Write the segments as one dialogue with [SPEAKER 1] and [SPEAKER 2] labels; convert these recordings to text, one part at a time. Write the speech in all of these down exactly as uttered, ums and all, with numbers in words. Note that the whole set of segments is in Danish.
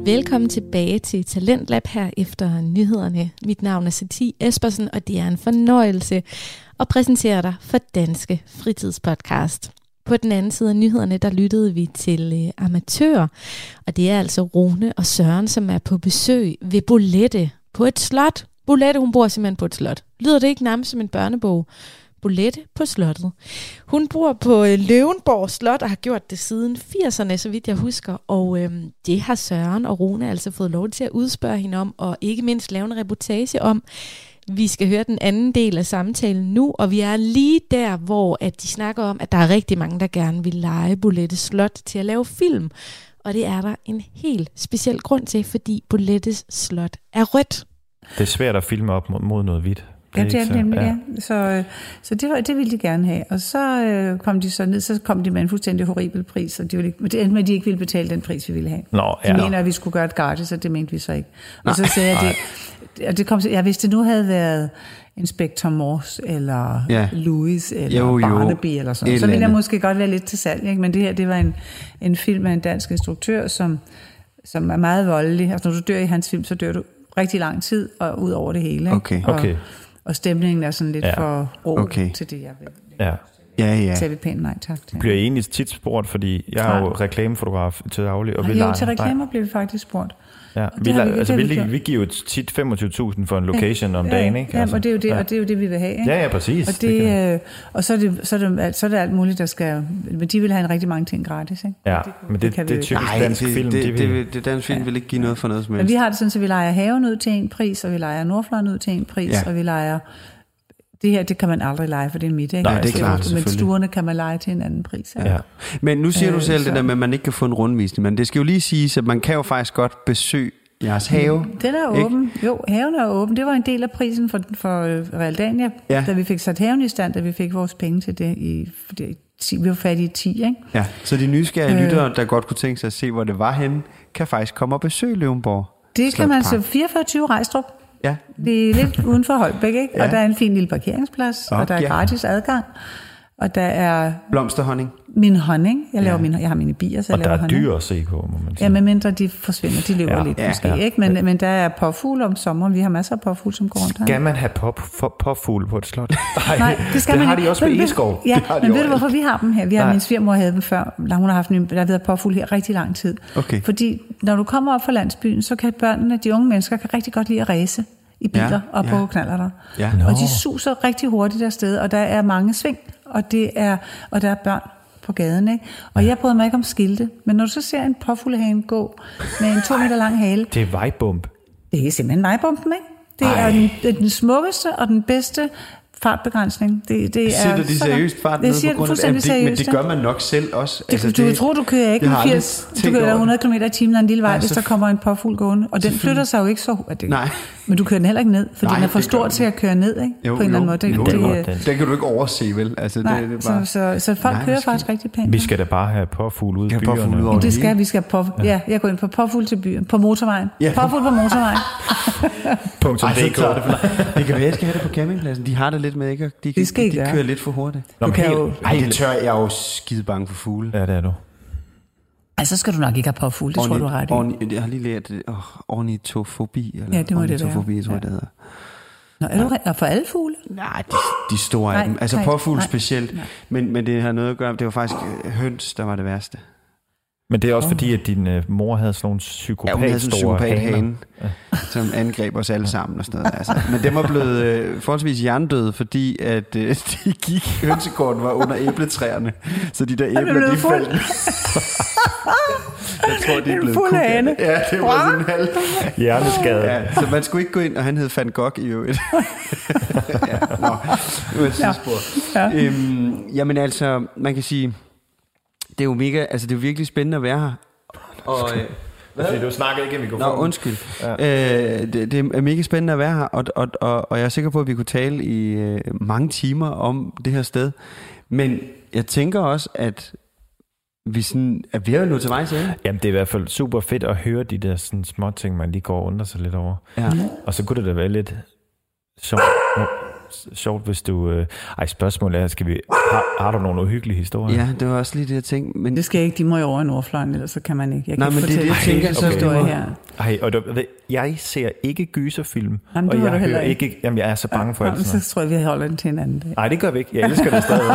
[SPEAKER 1] Velkommen tilbage til Talentlab her efter nyhederne. Mit navn er Satie Espersen, og det er en fornøjelse at præsentere dig for Danske Fritidspodcast. På den anden side af nyhederne, der lyttede vi til øh, Amatør, og det er altså Rune og Søren, som er på besøg ved Bolette på et slot. Bolette, hun bor simpelthen på et slot. Lyder det ikke nærmest som en børnebog? Bolette på slottet. Hun bor på øh, Løvenborg Slot og har gjort det siden firserne, så vidt jeg husker. Og øh, det har Søren og Rune altså fået lov til at udspørge hende om, og ikke mindst lave en reportage om. Vi skal høre den anden del af samtalen nu, og vi er lige der, hvor at de snakker om, at der er rigtig mange, der gerne vil lege Bolettes Slot til at lave film. Og det er der en helt speciel grund til, fordi Bolettes Slot er rødt.
[SPEAKER 2] Det er svært at filme op mod, mod noget hvidt.
[SPEAKER 3] Ja, det er det nemlig, ja. Så, så det, var, det ville de gerne have. Og så øh, kom de så ned, så kom de med en fuldstændig horribel pris, og de ville, det endte med, at de ikke ville betale den pris, vi ville have.
[SPEAKER 2] Nå, ja.
[SPEAKER 3] De mener, at vi skulle gøre det gratis, og det mente vi så ikke. Og så sagde jeg, det, og det kom, ja, hvis det nu havde været Inspector Morse, eller ja. Louis, eller jo, jo. Barnaby, eller sådan, så ville jeg måske godt være lidt til salg, ikke? Men det her, det var en, en film af en dansk instruktør, som, som er meget voldelig. Altså, når du dør i hans film, så dør du rigtig lang tid, og ud over det hele. Ikke?
[SPEAKER 4] Okay.
[SPEAKER 3] Og,
[SPEAKER 2] okay.
[SPEAKER 3] Og stemningen er sådan lidt ja. for rå okay. til det, jeg vil.
[SPEAKER 2] Ja.
[SPEAKER 4] Ja, ja.
[SPEAKER 3] Så vi pænt nej tak til.
[SPEAKER 2] Bliver I egentlig tit spurgt, fordi jeg er jo reklamefotograf til daglig. Og
[SPEAKER 3] nej,
[SPEAKER 2] vi
[SPEAKER 3] jo,
[SPEAKER 2] leger.
[SPEAKER 3] til reklamer bliver vi faktisk spurgt.
[SPEAKER 2] Ja, vi, la- vi, altså, vi, vi, vi giver jo tit femogtyve tusind for en location ja, om dagen, ikke?
[SPEAKER 3] Ja,
[SPEAKER 2] altså,
[SPEAKER 3] og det er jo det,
[SPEAKER 2] ja.
[SPEAKER 3] og det er jo det, vi vil have, ikke?
[SPEAKER 2] Ja, ja, præcis.
[SPEAKER 3] Og, det, det øh, og så, er det, så, er det, så er det alt muligt, der skal. Men de vil have en rigtig mange ting gratis, ikke?
[SPEAKER 2] Ja, det, men det, det, det er typisk dansk
[SPEAKER 4] det,
[SPEAKER 2] film.
[SPEAKER 4] Det,
[SPEAKER 2] de
[SPEAKER 4] det, det, det dansk film ja. vil ikke give noget for noget som helst.
[SPEAKER 3] Men vi har det sådan, så vi leger haven ud til en pris, og vi leger Nordfløjen ud til en pris, ja. og vi leger. Det her, det kan man aldrig lege, for det er midt, ikke?
[SPEAKER 4] Nej, det er klart,
[SPEAKER 3] men stuerne kan man lege til en anden pris.
[SPEAKER 2] Ja. Ja.
[SPEAKER 4] Men nu siger øh, du selv
[SPEAKER 3] så.
[SPEAKER 4] det der med, at man ikke kan få en rundvisning, men det skal jo lige siges, at man kan jo faktisk godt besøge jeres have.
[SPEAKER 3] Den er
[SPEAKER 4] ikke?
[SPEAKER 3] åben. Jo, haven er åben. Det var en del af prisen for, for Realdania, ja. da vi fik sat haven i stand, da vi fik vores penge til det. I, det vi var fattige i ti, ikke?
[SPEAKER 4] Ja, så de nysgerrige øh. lyttere, der godt kunne tænke sig at se, hvor det var henne, kan faktisk komme og besøge Løvenborg.
[SPEAKER 3] Det kan man så fireogfyrre tyve Rejstrup.
[SPEAKER 4] Ja.
[SPEAKER 3] Det er lidt uden for Holbæk, ikke? Ja. Og der er en fin lille parkeringsplads, og, og der er ja. gratis adgang. Og der er
[SPEAKER 4] blomsterhonning.
[SPEAKER 3] Min honning. Jeg laver ja. min, jeg har mine bier, så jeg
[SPEAKER 2] og
[SPEAKER 3] laver honning.
[SPEAKER 2] Og der er dyr at se på, må man sige.
[SPEAKER 3] Ja, medmindre de forsvinder. De lever ja. lidt ja. måske,
[SPEAKER 2] ja.
[SPEAKER 3] ikke? Men, ja. men der er påfugle om sommeren. Vi har masser af påfugle, som går rundt her.
[SPEAKER 2] Skal man have påfugle på et slot?
[SPEAKER 3] Nej, Nej det skal
[SPEAKER 2] det
[SPEAKER 3] man
[SPEAKER 2] har de også på Egeskov.
[SPEAKER 3] Ja, men ved du, hvorfor vi har dem her? Vi har, min svigermor havde dem før. Hun har haft en, der har været påfugle her rigtig lang tid.
[SPEAKER 4] Okay.
[SPEAKER 3] Fordi når du kommer op fra landsbyen, så kan børnene, de unge mennesker, kan rigtig godt lide at ræse i biler ja, og på ja. knallerter. Ja. Og de suser rigtig hurtigt afsted, og der er mange sving, og, det er, og der er børn på gaden. Ikke? Og ja. jeg bryder mig ikke om skilte, men når du så ser en påfuglehane gå med en to meter lang hale...
[SPEAKER 2] Det er vejbump.
[SPEAKER 3] Det er simpelthen vejbumpen, ikke? Det Ej. er den, det er den smukkeste og den bedste fartbegrænsning. Det, det
[SPEAKER 4] Sætter
[SPEAKER 3] er
[SPEAKER 4] de seriøst fart ned på grund af det?
[SPEAKER 3] Seriøst,
[SPEAKER 4] men det gør man nok selv også.
[SPEAKER 3] Det, altså, du det, tror, du kører ikke firs, du kører hundrede kilometer i timen af en lille vej, Nej, hvis der kommer en påfugl gående. Og den flytter sig jo ikke så hurtigt.
[SPEAKER 4] Nej.
[SPEAKER 3] Men du kører den heller ikke ned, for Nej, den er for stor til at køre ned, ikke?
[SPEAKER 4] Jo,
[SPEAKER 3] på en eller anden måde. Det,
[SPEAKER 4] jo,
[SPEAKER 3] det,
[SPEAKER 4] det, den kan du ikke overse, vel? Altså,
[SPEAKER 3] Nej,
[SPEAKER 4] det, det er bare...
[SPEAKER 3] så, så, så folk Nej, kører faktisk skal... rigtig pænt.
[SPEAKER 2] Vi skal da bare have påfugl ude i byerne.
[SPEAKER 3] Ja, det skal vi skal på. Ja. ja, jeg går ind på påfugl til byen, på motorvejen. Ja. Påfugl på motorvejen.
[SPEAKER 2] Punktum D K.
[SPEAKER 4] Det kan være, jeg skal have det på campingpladsen. De har det lidt med, ikke? De, de, de kører lidt for hurtigt.
[SPEAKER 2] Du kan jo...
[SPEAKER 4] Ej, det tør jeg er jo skide bange for fugle.
[SPEAKER 2] Ja, det er du.
[SPEAKER 3] Altså, så skal du nok ikke have påfugle, det Orni, tror du ret i.
[SPEAKER 4] Orni, jeg har lige lært oh, ornitofobi, eller
[SPEAKER 3] ja, det må
[SPEAKER 4] ornitofobi,
[SPEAKER 3] det
[SPEAKER 4] tror jeg,
[SPEAKER 3] ja.
[SPEAKER 4] det hedder.
[SPEAKER 3] Nå, er du ja. for alle fugle?
[SPEAKER 4] Nej, de, de store af dem. Altså påfugle specielt, men, men det har noget at gøre, det var faktisk høns, der var det værste.
[SPEAKER 2] Men det er også oh. fordi, at din uh, mor havde sådan nogle psykopat, ja, hun havde sådan en
[SPEAKER 4] psykopat-hane, ja. som angreb os alle sammen og sådan noget. Altså. Men dem var blevet øh, forholdsvis hjernedøde, fordi at øh, de gik, hønsekorten var under æbletræerne, så de der æbler, de faldt. Jeg tror, de er blevet
[SPEAKER 3] kukket.
[SPEAKER 4] Ja, det var sådan en halv
[SPEAKER 2] hjerneskade.
[SPEAKER 4] Ja, så man skulle ikke gå ind, og han hed Van Gogh i øvrigt. ja, nå, det var et sidespor. Ja. Ja. Øhm, jamen altså, man kan sige... Det er jo mega, altså det er jo virkelig spændende at være her. Og, øh,
[SPEAKER 2] hvad? Du snakker ikke i mikrofonen.
[SPEAKER 4] Nå, undskyld. Ja. Øh, det, det er mega spændende at være her, og, og, og, og jeg er sikker på, at vi kunne tale i øh, mange timer om det her sted. Men jeg tænker også, at vi sådan, er vi nået til vej til.
[SPEAKER 2] Jamen det er i hvert fald super fedt at høre de der sådan små ting, man lige går og undrer sig lidt over.
[SPEAKER 4] Ja.
[SPEAKER 2] Og så kunne det da være lidt sjovt. sjovt, hvis du... Øh, ej, spørgsmålet er, skal vi, har, har du nogle uhyggelige historier?
[SPEAKER 4] Ja, det var også lige det, jeg tænkte. Men...
[SPEAKER 3] Det skal jeg ikke, de må jo over i Nordfløjen, ellers så kan man ikke. Jeg kan
[SPEAKER 4] Nej, men det er det, jeg tænker,
[SPEAKER 3] så står jeg her.
[SPEAKER 2] Ej, og du, jeg ser ikke gyserfilm,
[SPEAKER 3] jamen,
[SPEAKER 2] og jeg hører
[SPEAKER 3] ikke.
[SPEAKER 2] ikke... Jamen, jeg er så bange for
[SPEAKER 3] ja,
[SPEAKER 2] alt
[SPEAKER 3] så tror jeg, vi holder den til en anden dag.
[SPEAKER 2] Nej, det gør vi ikke. Jeg elsker det stadig.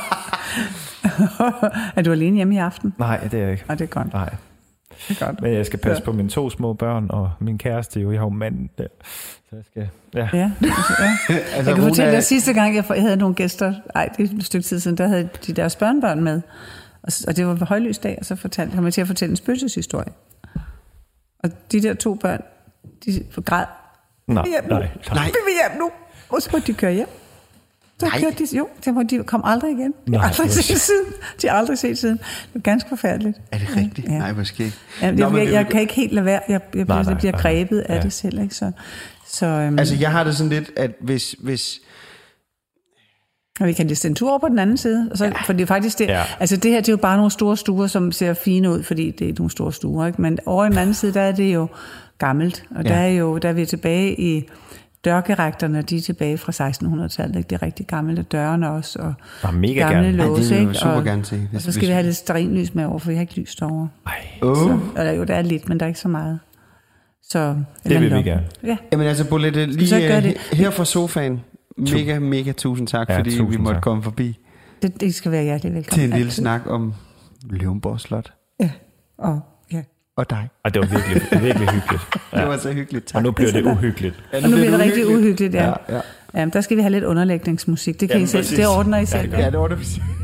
[SPEAKER 3] Er du alene hjemme i aften?
[SPEAKER 2] Nej, det er jeg ikke.
[SPEAKER 3] Nej, det er godt.
[SPEAKER 2] Nej.
[SPEAKER 3] Det er godt.
[SPEAKER 2] Men jeg skal passe på mine to små børn, og min kæreste jo, jeg har jo mand der. Så jeg skal... Ja.
[SPEAKER 3] ja, altså, ja. altså, jeg kan fortælle dig, er... sidste gang, jeg havde nogle gæster, ej, det er et stykke tid siden, der havde de deres børnebørn med, og det var på højlysdag, og så fortalte han mig til at fortælle en spøgelseshistorie. Og de der to børn, de græd.
[SPEAKER 2] Nej, nej, nej.
[SPEAKER 3] Nej, vi vil hjem nu. Og så måtte de køre hjem. Så kørte de, jo, de kom aldrig igen. De har aldrig set siden. De har aldrig set siden. Det er ganske forfærdeligt.
[SPEAKER 4] Er det rigtigt? Ja. Nej, måske.
[SPEAKER 3] Ja, det, Nå, jeg, jeg, jeg kan ikke helt lade være. Jeg, jeg, nej, jeg bliver nej, grebet af ja. det selv. Ikke? Så, så, um...
[SPEAKER 4] Altså, jeg har det sådan lidt, at hvis... hvis
[SPEAKER 3] og vi kan lige en tur over på den anden side. Og så, ja. For det er faktisk det, ja. Altså det her, det er jo bare nogle store stuer, som ser fine ud, fordi det er nogle store stuer. Ikke? Men over i den anden side, der er det jo gammelt. Og ja. der er jo, der er vi tilbage i dørgerægterne, de er tilbage fra sekstenhundredetallet. Ikke? Det er rigtig gamle dørene også. Og
[SPEAKER 2] ah, mega
[SPEAKER 3] gamle
[SPEAKER 2] gerne.
[SPEAKER 3] låse.
[SPEAKER 4] Ja, det
[SPEAKER 3] vil
[SPEAKER 4] super
[SPEAKER 3] og,
[SPEAKER 4] gerne se.
[SPEAKER 3] Og så skal vi have lidt stearinlys med over, for vi har ikke lys derovre.
[SPEAKER 2] Oh.
[SPEAKER 3] Så, eller jo, der er lidt, men der er ikke så meget. Så,
[SPEAKER 2] det vil vi gerne.
[SPEAKER 4] Ja. Jamen altså, Bolette, lige det? her fra sofaen, mega, mega tusind tak, ja, fordi tusind vi måtte tak. komme forbi.
[SPEAKER 3] Det, det skal være hjertelig velkommen.
[SPEAKER 4] Til en lille snak om Løvenborg Slot.
[SPEAKER 3] Ja, og ja.
[SPEAKER 4] Og dig.
[SPEAKER 2] Og det var virkelig, virkelig hyggeligt.
[SPEAKER 4] Ja. Det var så hyggeligt. Tak.
[SPEAKER 2] Og nu bliver det uhyggeligt.
[SPEAKER 3] Ja, nu, og nu bliver det rigtig uhyggeligt, ja.
[SPEAKER 4] ja, ja.
[SPEAKER 3] Jamen, der skal vi have lidt underlægningsmusik. Det kan Jamen, I selv. Det ordner I selv.
[SPEAKER 4] Ja, det ordner vi selv.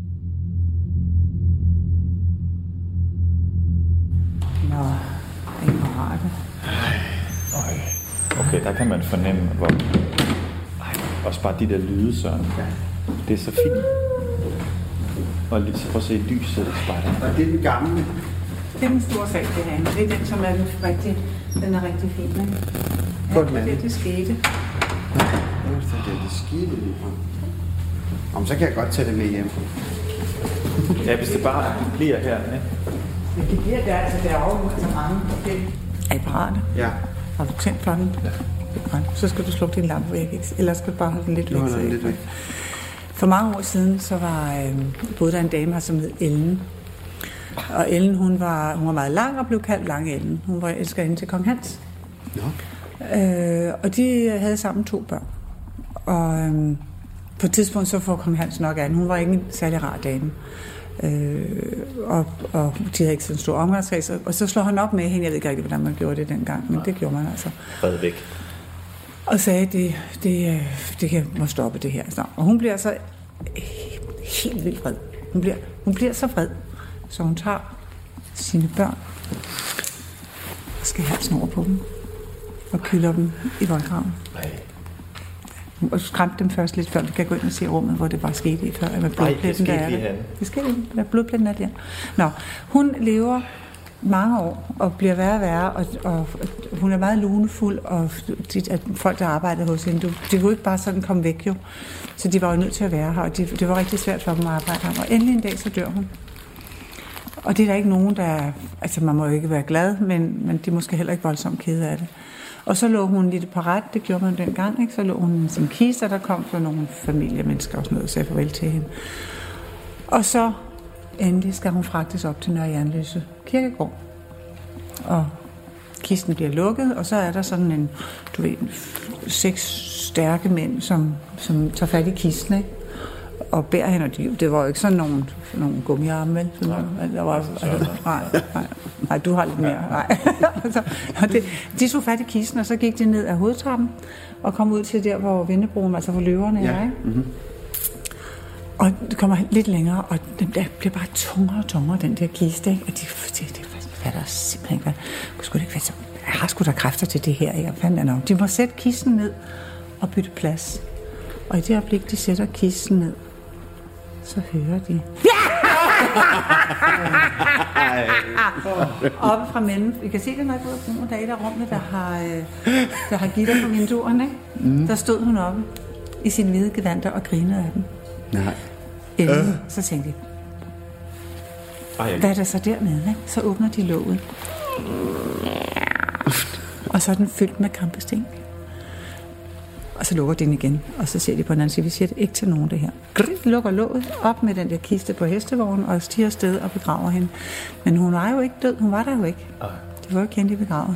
[SPEAKER 3] Nå, ikke rart.
[SPEAKER 2] Okay, der kan man fornemme, hvor... Ej, også bare de der lyde, Søren. Det er så fint. Og lige så prøv at se lyset, det spejder.
[SPEAKER 4] Og det er den gamle.
[SPEAKER 3] Det er den store sal, det her. Det er den, som er den rigtig, den er rigtig fin. Ikke? Ja, det er det, det skete.
[SPEAKER 4] Ja, det er det skete lige fra. Om så kan jeg godt tage det med hjem.
[SPEAKER 2] Ja, hvis det bare bliver her, ikke?
[SPEAKER 3] Ja, det bliver der, altså der er jo så mange. Okay. Er I parate?
[SPEAKER 4] Ja.
[SPEAKER 3] Har du tændt for den? Ja. Så skal du slukke din lampe væk, eller skal du bare holde den lidt væk?
[SPEAKER 4] Den lidt væk.
[SPEAKER 3] For mange år siden, så var øh, boede der en dame her, som hed Ellen. Og Ellen, hun var, hun var meget lang og blev kaldt Lang Ellen. Hun var elskerinde til Kong Hans. Ja. Øh, og de havde sammen to børn. Og øh, på et tidspunkt så får Kong Hans nok an. Hun var ikke en særlig rar dame. Øh, og, og de havde ikke sådan en stor omgangskreds. Og så slår han op med hende. Jeg ved ikke rigtig, hvordan man gjorde det dengang, men det gjorde man altså.
[SPEAKER 2] Fred væk.
[SPEAKER 3] Og sagde, at det, det, det kan må stoppe det her. Så, og hun bliver så helt vildt vred. Hun bliver, hun bliver så vred, så hun tager sine børn og skal have snor på dem og kylder dem i voldgraven. Og skræmte dem først lidt før, vi kan gå ind og se rummet, hvor det bare skete i før. Med blodpletten, der er det. Det skete med blodpletten er der. Nå, hun lever mange år og bliver værre og værre, og, og, og hun er meget lunefuld, og de, at folk, der arbejdede hos hende, de kunne ikke bare sådan komme væk jo. Så de var jo nødt til at være her, og de, det var rigtig svært for dem at arbejde her. Og endelig en dag, så dør hun. Og det er der ikke nogen, der... Altså, man må jo ikke være glad, men, men de er måske heller ikke voldsomt kede af det. Og så lå hun lidt parat, det gjorde man dengang, ikke? Så lå hun i sin kiste, og der kom så nogle familiemennesker og sådan noget, og sagde farvel til hende. Og så endelig skal hun fragtes op til Nørre Jernløse Kirkegård. Og kisten bliver lukket, og så er der sådan en, du ved, seks stærke mænd, som, som tager fat i kisten, ikke? Og bærer hende, og de, det var jo ikke sådan nogle, nogle gummiarme, vel? Nej, der var, altså, nej, nej, nej, du har lidt mere, nej. altså, det, de tog fat i kisten, og så gik de ned ad hovedtrappen, og kom ud til der, hvor vindebroen, altså hvor løverne ja. er, ikke? Mm-hmm. Og det kommer lidt længere, og den der bliver bare tungere og tungere, den der kiste, ikke? Og de, det, det fatter simpelthen ikke, hvad. Skulle det ikke være så, jeg har sgu da kræfter til det her, ikke? Fandt nok. De må sætte kisten ned og bytte plads. Og i det øjeblik, de sætter kisten ned, så hører de... Oppe fra mænden. I kan se det, når jeg går ud af broen, der er et af rummet, der har, der har gitter på vinduerne, ikke? Mm. Der stod hun oppe i sine hvide gevanter og grinede af dem.
[SPEAKER 4] Nej.
[SPEAKER 3] Endelig, øh. Så tænkte de, hvad er der så dernede, ikke? Så åbner de låget. Og så er den fyldt med kampesten. Og så lukker den igen, og så ser de på hinanden og siger, vi siger det ikke til nogen det her. De lukker låget op med den der kiste på hestevognen, og stiger afsted og begraver hende. Men hun var jo ikke død, hun var der jo ikke. Det var jo kendt i begravet.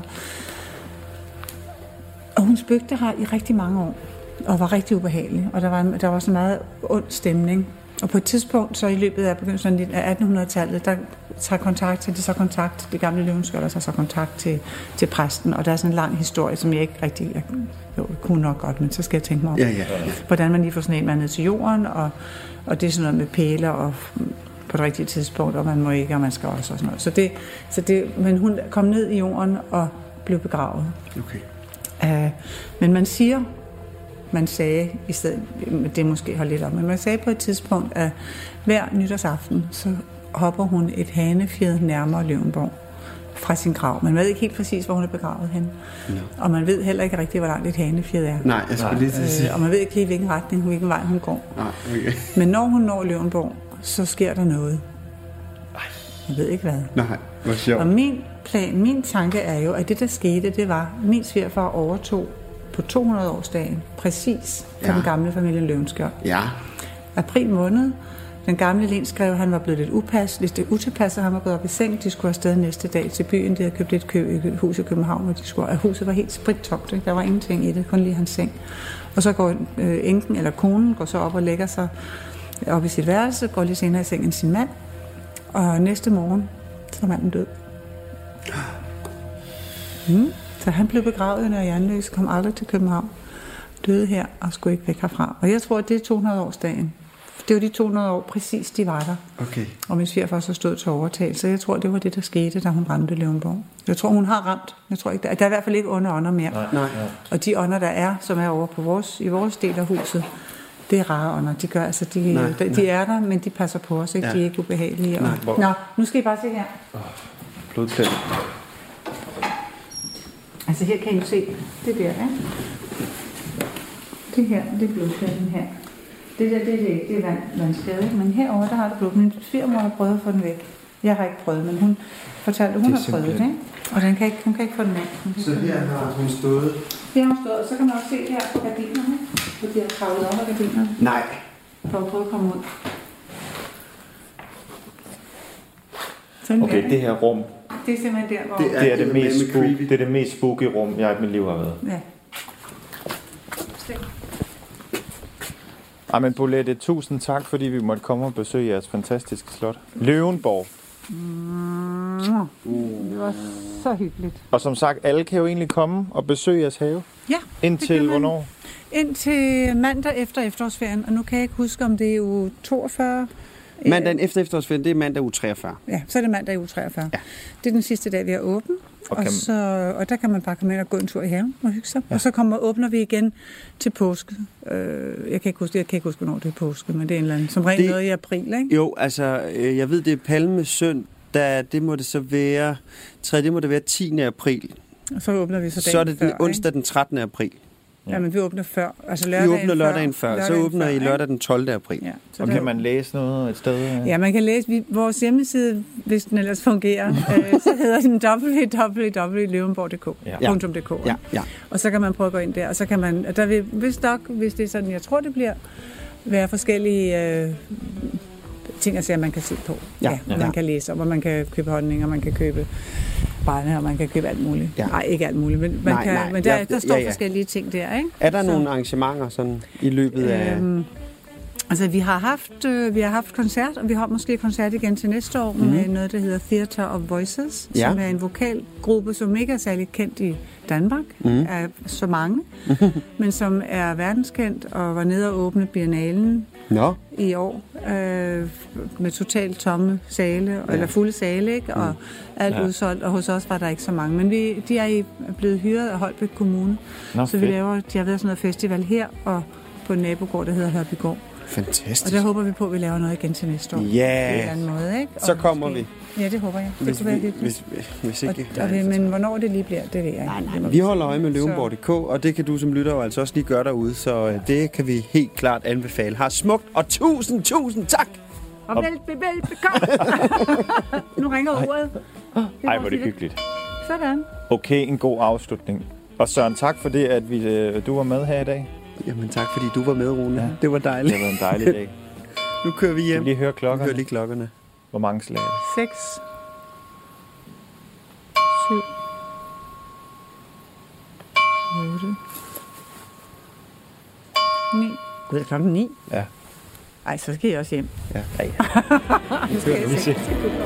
[SPEAKER 3] Og hun spøgte her i rigtig mange år, og var rigtig ubehagelig, og der var, der var så meget ond stemning. Og på et tidspunkt, så i løbet af begyndelsen af attenhundredetallet, der tager kontakt til, de så kontakt, det gamle løvenskjold, tager så kontakt til, til præsten, og der er sådan en lang historie, som jeg ikke rigtig, jeg, jo, jeg kunne nok godt, men så skal jeg tænke mig om,
[SPEAKER 4] ja, ja.
[SPEAKER 3] hvordan man lige får sådan en mand ned til jorden, og, og det er sådan noget med pæler, og på det rigtige tidspunkt, og man må ikke, og man skal også, og sådan noget. Så det, så det, men hun kom ned i jorden og blev begravet.
[SPEAKER 4] Okay.
[SPEAKER 3] Uh, men man siger, man sagde, i stedet, det måske har lidt om, men man sagde på et tidspunkt, at hver nytårsaften, så hopper hun et hanefjed nærmere Løvenborg fra sin grav. Man ved ikke helt præcis, hvor hun er begravet henne. No. Og man ved heller ikke rigtig, hvor langt et hanefjed er.
[SPEAKER 4] Nej, jeg skulle lige til at sige.
[SPEAKER 3] Øh, og man ved ikke, i hvilken retning, hvilken vej hun går.
[SPEAKER 4] Nej, okay.
[SPEAKER 3] Men når hun når Løvenborg, så sker der noget. Jeg ved ikke hvad.
[SPEAKER 4] Nej, hvor sjovt.
[SPEAKER 3] Og min plan, min tanke er jo, at det der skete, det var, min svigerfar overtog på to hundrede årsdagen, præcis, for ja. Den gamle familie Løvenskjold.
[SPEAKER 4] Ja.
[SPEAKER 3] April måned. Den gamle lenskrev, han var blevet lidt upas, lidt utilpasset, han var gået op i seng, de skulle afsted næste dag til byen, de havde købt et, kø, et hus i København, hvor de skulle, og huset var helt sprittomt, der var ingenting i det, kun lige hans seng. Og så går øh, enken, eller konen, går så op og lægger sig op i sit værelse, går lige senere i seng end sin mand, og næste morgen, så er manden død. Mm. Så han blev begravet, når Jernløse kom aldrig til København, døde her og skulle ikke væk herfra. Og jeg tror, at det er to hundrede årsdagen. Det var de to hundrede år præcis, de var der.
[SPEAKER 4] Okay.
[SPEAKER 3] Og min svigerfar så stod til overtagelse. Så jeg tror, det var det, der skete, da hun ramte Løvenborg. Jeg tror, hun har ramt. Jeg tror ikke, der, der er i hvert fald ikke onde ånder mere.
[SPEAKER 4] Nej. Nej.
[SPEAKER 3] Og de ånder, der er, som er over på vores, i vores del af huset, det er rare ånder. De gør, altså, de, nej, de, de er der, men de passer på os, ikke? Ja. De er ikke ubehagelige. Og... Nå, nu skal I bare se her.
[SPEAKER 2] Oh, blodtæt.
[SPEAKER 3] Altså her kan I jo se, det der, ja. Det her, det er blodtætten her. Det der, det er, det, det er vand, vandskade, men herovre, der har det blod. Min firmor har prøvet at få den væk. Jeg har ikke prøvet, men hun fortalte, hun har prøvet det, ikke? Og den kan ikke, hun kan ikke få den af.
[SPEAKER 4] Så her har hun stået?
[SPEAKER 3] Her har hun stået, og så kan man også se her på gardinerne, hvor de har kravlet op af gardinerne.
[SPEAKER 4] Nej.
[SPEAKER 3] For at prøve at komme ud.
[SPEAKER 2] Sådan okay, det her rum.
[SPEAKER 3] Det er simpelthen der, hvor...
[SPEAKER 2] Det er det, er det, mest, spook, det, er det mest spooky rum, jeg i mit liv har været.
[SPEAKER 3] Ja.
[SPEAKER 2] Ej, men Bolette, tusind tak, fordi vi måtte komme og besøge jeres fantastiske slot. Løvenborg.
[SPEAKER 3] Mm. Uh. Det var så hyggeligt.
[SPEAKER 2] Og som sagt, alle kan jo egentlig komme og besøge jeres have.
[SPEAKER 3] Ja.
[SPEAKER 2] Indtil hvornår?
[SPEAKER 3] Indtil mandag efter efterårsferien, og nu kan jeg ikke huske, om det er uge toogfyrre.
[SPEAKER 4] Mandagen efter efterårsferien, det er mandag uge treogfyrre.
[SPEAKER 3] Ja, så er det mandag uge treogfyrre.
[SPEAKER 4] Ja.
[SPEAKER 3] Det er den sidste dag, vi er åben. Og, og, så, og der kan man bare komme ind og gå en tur i haven og hygge sig. Ja. Og så kommer, åbner vi igen til påske. Øh, jeg kan ikke huske, jeg kan ikke huske, hvornår det er påske, men det er en eller anden, som regel noget i april, ikke?
[SPEAKER 4] Jo, altså, jeg ved, det er palmesøndag, det må det så være, tre, det må det være tiende april.
[SPEAKER 3] Og så åbner vi så dagen
[SPEAKER 4] Så er det
[SPEAKER 3] før,
[SPEAKER 4] onsdag den trettende april.
[SPEAKER 3] Ja. ja, men vi åbner før. Altså lørdagen
[SPEAKER 4] vi åbner lørdagen før, før. Så åbner I lørdag den tolvte april. Ja,
[SPEAKER 2] og kan man læse noget et sted? Ja,
[SPEAKER 3] ja man kan læse. Vi, vores hjemmeside, hvis den ellers fungerer, øh, så hedder den w w w punktum løvenborg punktum d k.
[SPEAKER 4] Ja. Ja.
[SPEAKER 3] Og så kan man prøve at gå ind der, og så kan man, der vil vist nok, hvis det er sådan, jeg tror det bliver, være forskellige øh, ting at se, man kan se på.
[SPEAKER 4] Ja.
[SPEAKER 3] Ja,
[SPEAKER 4] Ja.
[SPEAKER 3] Man kan læse om, og man kan købe honning, og man kan købe barne, og man kan købe alt muligt. Ja. Nej, ikke alt muligt, men, man
[SPEAKER 4] nej,
[SPEAKER 3] kan,
[SPEAKER 4] nej.
[SPEAKER 3] men der,
[SPEAKER 4] Ja,
[SPEAKER 3] der står
[SPEAKER 4] ja, ja.
[SPEAKER 3] forskellige ting der, ikke?
[SPEAKER 4] Er der
[SPEAKER 3] så,
[SPEAKER 4] nogle arrangementer sådan i løbet af... Øhm,
[SPEAKER 3] altså, vi har haft øh, vi har haft koncert, og vi har måske koncert igen til næste år mm. med noget, der hedder Theater of Voices, ja. Som er en vokalgruppe, som ikke er særlig kendt i Danmark, mm. er så mange, men som er verdenskendt og var nede og åbne Biennalen
[SPEAKER 4] no.
[SPEAKER 3] i år øh, med totalt tomme sale, ja. Eller fulde sale, ikke? Og mm. alt ja. Udsolgt, og hos os var der ikke så mange. Men vi, de er blevet hyret af Holbæk Kommune, no, så vi laver, de har været sådan noget festival her, og på en nabogård, der hedder Hørbygård.
[SPEAKER 4] Fantastisk.
[SPEAKER 3] Og der håber vi på, at vi laver noget igen til næste år.
[SPEAKER 4] Ja.
[SPEAKER 3] Yeah. På en anden måde, ikke?
[SPEAKER 4] Så kommer måske... vi.
[SPEAKER 3] Ja, det håber jeg. Det
[SPEAKER 4] hvis,
[SPEAKER 3] kunne være
[SPEAKER 4] vi, hvis, hvis ikke...
[SPEAKER 3] Og, og vi, men hvornår det lige bliver, det ved jeg
[SPEAKER 4] nej, nej, vi holder øje med løvenborg punktum d k, og det kan du som lytter jo altså også lige gøre derude, så ja. Det kan vi helt klart anbefale. Har smukt, og tusind, tusind tak!
[SPEAKER 3] Og vel, vel, vel, nu ringer ordet.
[SPEAKER 2] Ej, hvor er det hyggeligt.
[SPEAKER 3] Sådan.
[SPEAKER 2] Okay, en god afslutning. Og Søren, tak for det, at vi, du var med her i dag.
[SPEAKER 4] Jamen tak, fordi du var med, Rune. Ja. Det var dejligt.
[SPEAKER 2] Det var en dejlig dag.
[SPEAKER 4] Nu kører vi hjem.
[SPEAKER 2] Skal vi lige høre klokkerne?
[SPEAKER 4] Vi hører lige klokkerne.
[SPEAKER 2] Hvor mange slag er
[SPEAKER 3] det? Seks. Syv. Otte. Ni. Det er klokken ni.
[SPEAKER 2] Ja.
[SPEAKER 3] Ej, så skal jeg også hjem.
[SPEAKER 2] Ja.
[SPEAKER 3] Ej. Nu skal jeg se.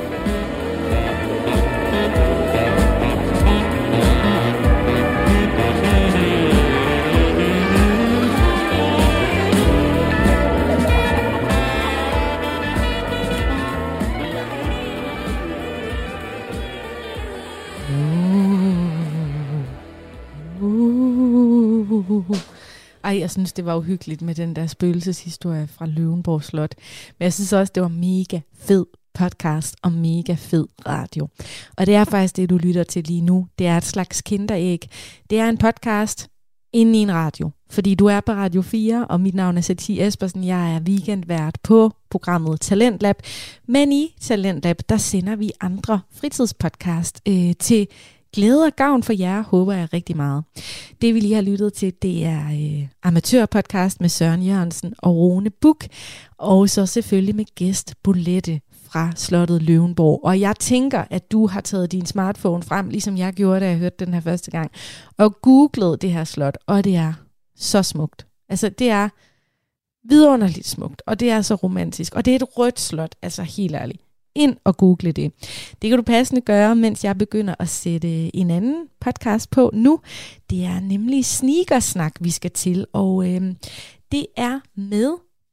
[SPEAKER 1] Ej, jeg synes, det var uhyggeligt med den der spøgelseshistorie fra Løvenborg Slot. Men jeg synes også, det var mega fed podcast og mega fed radio. Og det er faktisk det, du lytter til lige nu. Det er et slags kinderæg. Det er en podcast inde i en radio. Fordi du er på Radio fire, og mit navn er Satie Espersen. Jeg er weekendvært på programmet Talentlab. Men i Talentlab, der sender vi andre fritidspodcast øh, til glæde og gavn for jer, håber jeg rigtig meget. Det vi lige har lyttet til, det er øh, amatørpodcast med Søren Jørgensen og Rune Buk, og så selvfølgelig med gæst Bolette fra slottet Løvenborg. Og jeg tænker, at du har taget din smartphone frem, ligesom jeg gjorde, da jeg hørte den her første gang, og googlet det her slot, og det er så smukt. Altså, det er vidunderligt smukt, og det er så romantisk, og det er et rødt slot, altså helt ærligt. Ind og google det. Det kan du passende gøre, mens jeg begynder at sætte en anden podcast på nu. Det er nemlig Sneakersnak, vi skal til, og øh, det er med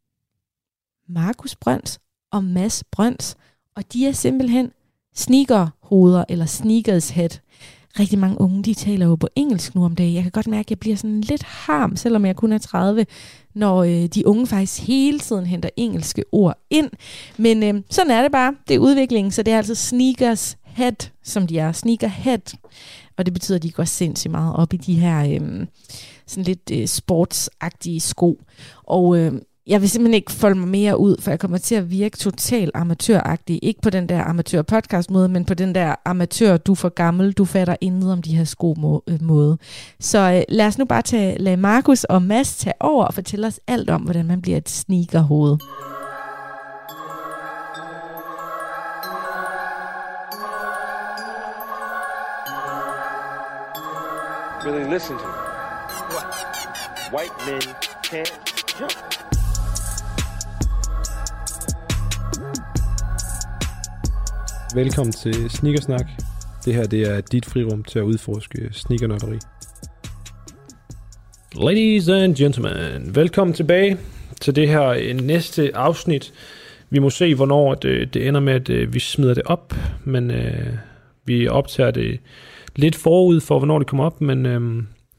[SPEAKER 1] Markus Brøns og Mads Brøns, og de er simpelthen sneakerhoveder, eller sneakers head. Rigtig mange unge, de taler jo på engelsk nu om dagen. Jeg kan godt mærke, at jeg bliver sådan lidt harm, selvom jeg kun er tredive, når øh, de unge faktisk hele tiden henter engelske ord ind. Men øh, sådan er det bare. Det er udviklingen, så det er altså sneakers head, som de er. Sneaker head. Og det betyder, at de går sindssygt meget op i de her øh, sådan lidt øh, sportsagtige sko. Og øh, jeg vil simpelthen ikke folde mig mere ud, for jeg kommer til at virke totalt amatøragtig. Ikke på den der amatør-podcast-måde, men på den der amatør, du er for gammel, du fatter intet om de her sko-måde. Så øh, lad os nu bare tage, lade Markus og Mads tage over og fortælle os alt om, hvordan man bliver et sneakerhoved.
[SPEAKER 5] Really listen to me. What? White men can't jump.
[SPEAKER 6] Velkommen til Sneakersnak. Det her, det er dit frirum til at udforske sneakernørderi. Ladies and gentlemen, velkommen tilbage til det her næste afsnit. Vi må se, hvornår det, det ender med, at vi smider det op, men øh, vi optager det lidt forud for, hvornår det kommer op, men, øh,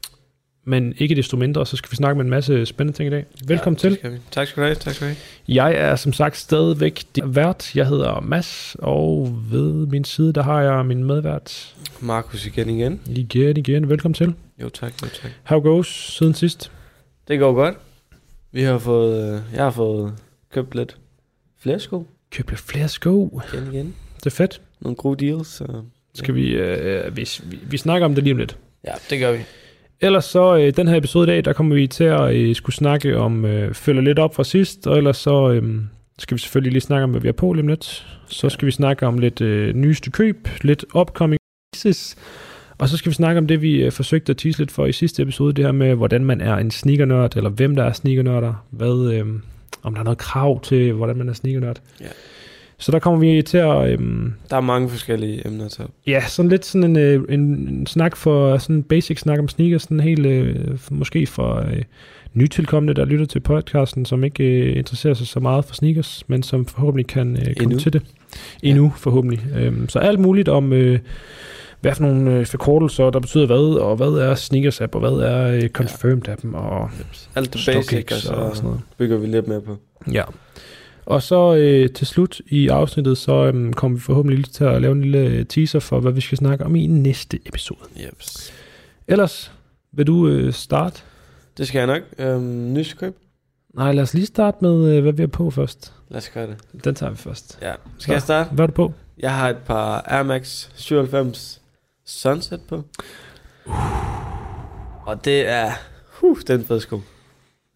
[SPEAKER 6] men ikke desto mindre, så skal vi snakke med en masse spændende ting i dag. Velkommen ja, til.
[SPEAKER 7] Skal vi. Tak skal du have. Tak skal du have.
[SPEAKER 6] Jeg er som sagt stadigvæk vært. Jeg hedder Mads, og ved min side, der har jeg min medvært.
[SPEAKER 7] Markus igen igen.
[SPEAKER 6] Igen igen. Velkommen til.
[SPEAKER 7] Jo tak, jo tak.
[SPEAKER 6] How goes siden sidst?
[SPEAKER 7] Det går godt. Vi har fået, jeg har fået købt lidt flere sko.
[SPEAKER 6] Købt lidt flere sko?
[SPEAKER 7] Igen igen.
[SPEAKER 6] Det er fedt.
[SPEAKER 7] Nogle gode deals. Så, ja.
[SPEAKER 6] Skal vi, øh, vi, vi, vi snakker om det lige om lidt.
[SPEAKER 7] Ja, det gør vi.
[SPEAKER 6] Ellers så, øh, den her episode i dag, der kommer vi til at øh, skulle snakke om, øh, følge lidt op fra sidst, og ellers så øh, skal vi selvfølgelig lige snakke om, hvad vi har på lige om lidt. Så skal vi snakke om lidt øh, nyeste køb, lidt upcoming pieces, og så skal vi snakke om det, vi øh, forsøgte at tease lidt for i sidste episode, det her med, hvordan man er en sneakernørd, eller hvem der er sneakernørder, hvad, øh, om der er noget krav til, hvordan man er sneakernørd. Ja. Så der kommer vi til at... Øhm,
[SPEAKER 7] der er mange forskellige emner til.
[SPEAKER 6] Ja, sådan lidt sådan en, øh, en, en snak for... Sådan en basic snak om sneakers. Sådan helt... Øh, måske for øh, nytilkommende, der lytter til podcasten, som ikke øh, interesserer sig så meget for sneakers, men som forhåbentlig kan øh, komme Endnu. til det. Endnu, ja. forhåbentlig. Øhm, så alt muligt om... Øh, hvad for nogle øh, forkortelser, der betyder hvad, og hvad er sneakers app, og hvad er øh, confirmed appen, og...
[SPEAKER 7] Alt det basic, og så og sådan noget. Bygger vi lidt mere på.
[SPEAKER 6] Ja. Og så øh, til slut i afsnittet, så øh, kommer vi forhåbentlig lige til at lave en lille teaser for, hvad vi skal snakke om i næste episode.
[SPEAKER 7] Jeps.
[SPEAKER 6] Ellers, vil du øh, starte?
[SPEAKER 7] Det skal jeg nok. Øhm, Nyskøb?
[SPEAKER 6] Nej, lad os lige starte med, øh, hvad vi er på først.
[SPEAKER 7] Lad os gøre det.
[SPEAKER 6] Den tager vi først.
[SPEAKER 7] Ja. Skal jeg starte?
[SPEAKER 6] Hvad er du på?
[SPEAKER 7] Jeg har et par Air Max syvoghalvfems Sunset på. Uh. Og det er... Uh, den fed sko.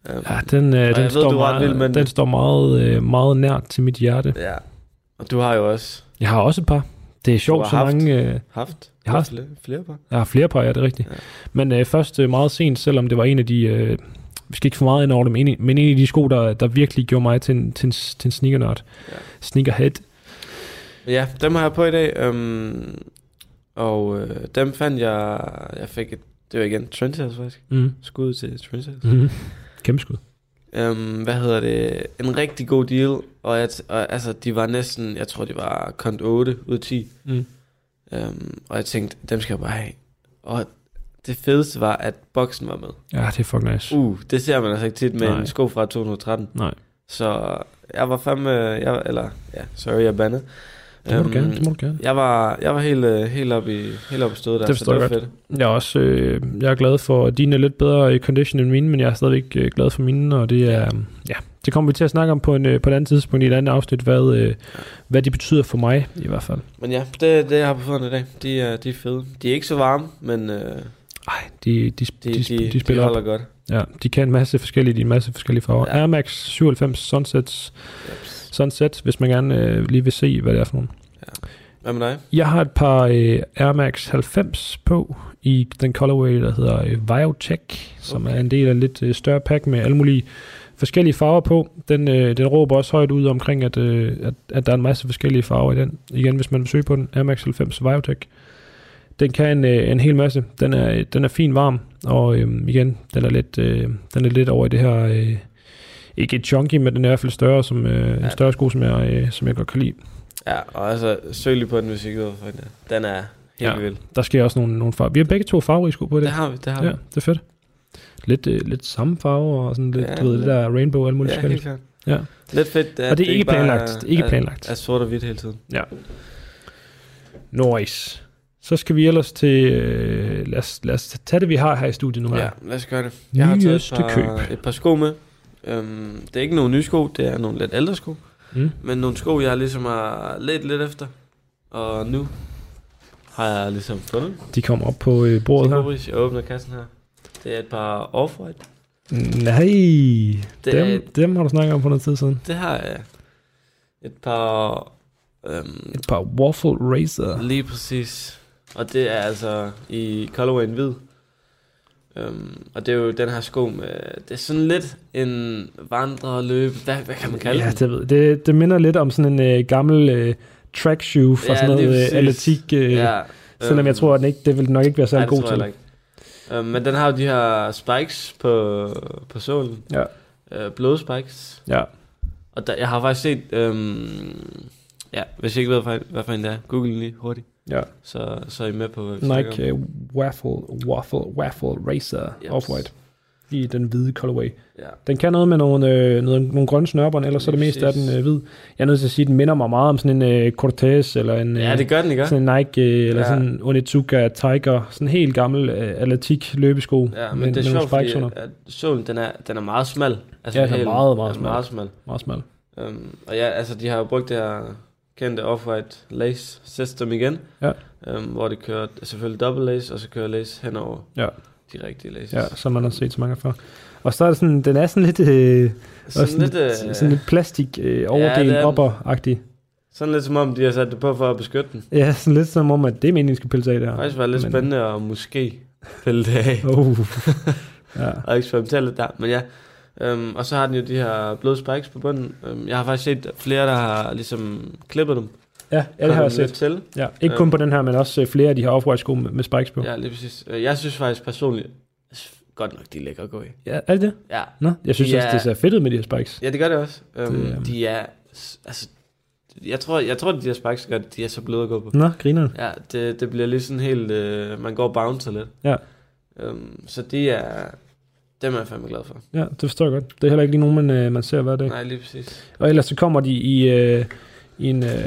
[SPEAKER 6] Um, ja, den, øh, den, står ved, meget, vild, men... den står meget, øh, meget nært til mit hjerte.
[SPEAKER 7] Ja, og du har jo også...
[SPEAKER 6] Jeg har også et par. Det er sjovt, så
[SPEAKER 7] haft,
[SPEAKER 6] mange... Øh,
[SPEAKER 7] haft?
[SPEAKER 6] Jeg har
[SPEAKER 7] flere, flere par?
[SPEAKER 6] Jeg har flere par, ja, det er rigtigt. Ja. Men øh, først øh, meget sent, selvom det var en af de... Øh, vi skal ikke for meget ind over det, men en, men en af de sko, der, der virkelig gjorde mig til en, til en, til en sneakernørd. Ja. Sneakerhead.
[SPEAKER 7] Ja, dem har jeg på i dag. Øhm, og øh, dem fandt jeg... Jeg fik et... Det var igen Trendsetters faktisk.
[SPEAKER 6] Mm.
[SPEAKER 7] Skud til Trendsetters.
[SPEAKER 6] Mm. Kæmpe skud.
[SPEAKER 7] Um, hvad hedder det? En rigtig god deal. Og, jeg, og altså, de var næsten... Jeg tror, de var kont otte ud af ti.
[SPEAKER 6] Mm.
[SPEAKER 7] Um, og jeg tænkte, dem skal jeg bare have. Og det fedeste var, at boksen var med.
[SPEAKER 6] Ja, det er fucking nice.
[SPEAKER 7] Uh, det ser man altså ikke tit med Nej. en sko fra to tusind og tretten.
[SPEAKER 6] Nej.
[SPEAKER 7] Så jeg var fandme... Jeg, eller, ja, sorry, jeg bandede.
[SPEAKER 6] Det må um, du gerne, det må du gerne.
[SPEAKER 7] Jeg var, jeg var helt, helt oppe i, helt op i stået der,
[SPEAKER 6] det
[SPEAKER 7] så det var fedt.
[SPEAKER 6] Jeg er også øh, jeg er glad for, at dine er lidt bedre i condition end mine, men jeg er stadigvæk øh, glad for mine, og det er, ja, det kommer vi til at snakke om på, en, på et andet tidspunkt i et andet afsnit, hvad, øh, hvad de betyder for mig i hvert fald.
[SPEAKER 7] Men ja, det, det jeg har på fødderne i dag, de er, de er fede. De er ikke så varme, men øh,
[SPEAKER 6] Ej, de, de, de, de, de, de spiller
[SPEAKER 7] de holder
[SPEAKER 6] op.
[SPEAKER 7] godt.
[SPEAKER 6] Ja, de kan en masse forskellige, de en masse forskellige farver. Ja. Air Max syvoghalvfems Sunsets, yep. Sunset, hvis man gerne øh, lige vil se, hvad det er for nogen.
[SPEAKER 7] Ja. Hvad med dig?
[SPEAKER 6] Jeg har et par øh, Air Max halvfems på i den colorway, der hedder øh, Biotech, som okay. er en del af en lidt øh, større pack med alle mulige forskellige farver på. Den, øh, den råber også højt ud omkring, at, øh, at, at der er en masse forskellige farver i den. Igen, hvis man vil søge på den, Air Max halvfems Biotech. Den kan en, øh, en hel masse. Den er, den er fin varm, og øh, igen, den er, lidt, øh, den er lidt over i det her... Øh, ikke et chunky, men den er i hvert fald større, som, øh, ja. en større sko, som jeg, øh, som jeg godt kan lide.
[SPEAKER 7] Ja, og altså søg lige på den, hvis I ikke ved, for den. Den er helt
[SPEAKER 6] ja,
[SPEAKER 7] vild.
[SPEAKER 6] Der sker også nogle, nogle farver. Vi har begge to farverige sko på det.
[SPEAKER 7] Det har vi, det har
[SPEAKER 6] ja,
[SPEAKER 7] vi.
[SPEAKER 6] Det er fedt. Lidt, øh, lidt samme farver og sådan lidt, ja, du ved, det der rainbow og alt muligt.
[SPEAKER 7] Ja, helt klart.
[SPEAKER 6] Ja.
[SPEAKER 7] Lidt fedt.
[SPEAKER 6] Og det er ikke planlagt. Det er ikke planlagt.
[SPEAKER 7] Er sort og hvidt hele tiden.
[SPEAKER 6] Ja. Nice. Så skal vi ellers til... Øh, lad, os, lad os tage det, vi har her i studiet nu her.
[SPEAKER 7] Ja, lad os gøre det. Jeg har taget et par,
[SPEAKER 6] køb.
[SPEAKER 7] et par sko med. Um, det er ikke nogle nye sko, det er nogle lidt ældre sko. Mm. Men nogle sko, jeg ligesom har let lidt efter. Og nu har jeg ligesom fundet.
[SPEAKER 6] De kommer op på øh, bordet her.
[SPEAKER 7] Jeg åbner kassen her. Det er et par Off-White.
[SPEAKER 6] Nej,
[SPEAKER 7] det
[SPEAKER 6] dem,
[SPEAKER 7] er,
[SPEAKER 6] dem har du snakket om for noget tid siden.
[SPEAKER 7] Det har jeg. Et par... Um,
[SPEAKER 6] et par Waffle Racer.
[SPEAKER 7] Lige præcis. Og det er altså i colorwayen hvid. Um, og det er jo den her sko med, det er sådan lidt en vandreløb, hvad, hvad kan man kalde
[SPEAKER 6] ja,
[SPEAKER 7] det?
[SPEAKER 6] Det, det? Det minder lidt om sådan en uh, gammel uh, track shoe fra ja, sådan noget uh, atletik, uh, ja, selvom um, jeg tror, at den ikke, det vil nok ikke være særlig god til.
[SPEAKER 7] Um, men den har jo de her spikes på, på sålen,
[SPEAKER 6] ja.
[SPEAKER 7] uh, bløde spikes,
[SPEAKER 6] ja.
[SPEAKER 7] Og der, jeg har faktisk set, um, ja, hvis jeg ikke ved, hvad for en det er, google lige hurtigt.
[SPEAKER 6] Ja.
[SPEAKER 7] Så, så er I med på, hvad vi
[SPEAKER 6] Nike uh, Waffle, Waffle, Waffle Racer yep. Off-White i den hvide colorway.
[SPEAKER 7] Ja. Den
[SPEAKER 6] kan noget med nogle, øh, noget, nogle grønne snørbånd, ellers så er det mest af den øh, hvid. Jeg er nødt til at sige, at den minder mig meget om sådan en øh, Cortez, eller en,
[SPEAKER 7] ja, det gør den, ikke?
[SPEAKER 6] Sådan en Nike, øh, eller ja. sådan en Onitsuka Tiger, sådan en helt gammel øh, atletik løbesko.
[SPEAKER 7] Ja, men med, det er sjovt, fordi at, at sålen, den er, den er meget smal. Altså,
[SPEAKER 6] ja, den er
[SPEAKER 7] helt,
[SPEAKER 6] meget, meget,
[SPEAKER 7] smal. meget smal.
[SPEAKER 6] Meget smal.
[SPEAKER 7] Um, og ja, altså, de har jo brugt det her kendte Off-White lace system igen,
[SPEAKER 6] ja.
[SPEAKER 7] um, hvor de kører selvfølgelig double lace, og så kører lace henover
[SPEAKER 6] ja.
[SPEAKER 7] de rigtige laces.
[SPEAKER 6] Ja, som man har set så mange før. Og så er det sådan, den er sådan lidt, øh, sådan, sådan lidt, øh, sådan lidt plastik øh, overdel ja, opper-agtig.
[SPEAKER 7] Sådan lidt som om, de har sat det på for at beskytte den.
[SPEAKER 6] Ja, sådan lidt som om, at det er meningen, skal pille sig af der.
[SPEAKER 7] Det faktisk var lidt men, spændende at måske pille det af.
[SPEAKER 6] Oh. Ja.
[SPEAKER 7] Og eksperimentere lidt der, men ja. Um, og så har den jo de her bløde spikes på bunden. Um, jeg har faktisk set flere, der har ligesom klippet dem.
[SPEAKER 6] Ja, ja det har jeg set.
[SPEAKER 7] Til.
[SPEAKER 6] Ja, ikke kun um, på den her, men også flere af de her off-white sko med, med spikes på.
[SPEAKER 7] Ja, lige præcis. Jeg synes faktisk personligt, godt nok, de er lækre at gå i.
[SPEAKER 6] Ja, er det det?
[SPEAKER 7] Ja.
[SPEAKER 6] Nå, jeg synes
[SPEAKER 7] de
[SPEAKER 6] også,
[SPEAKER 7] er,
[SPEAKER 6] det ser fedt ud med de her spikes.
[SPEAKER 7] Ja, det gør det også. Um,
[SPEAKER 6] det, um...
[SPEAKER 7] De er, altså, jeg tror, jeg tror, at de her spikes gør, de er så bløde at gå på.
[SPEAKER 6] Nå, griner.
[SPEAKER 7] Ja, det, det bliver lige sådan helt, uh, man går og bouncer lidt.
[SPEAKER 6] Ja.
[SPEAKER 7] Um, så de er... Dem er jeg fandme glad for.
[SPEAKER 6] Ja, det forstår jeg godt. Det er heller ikke lige nogen, man, øh, man ser hver dag.
[SPEAKER 7] Nej, lige præcis.
[SPEAKER 6] Og ellers så kommer de i, øh, i en, øh,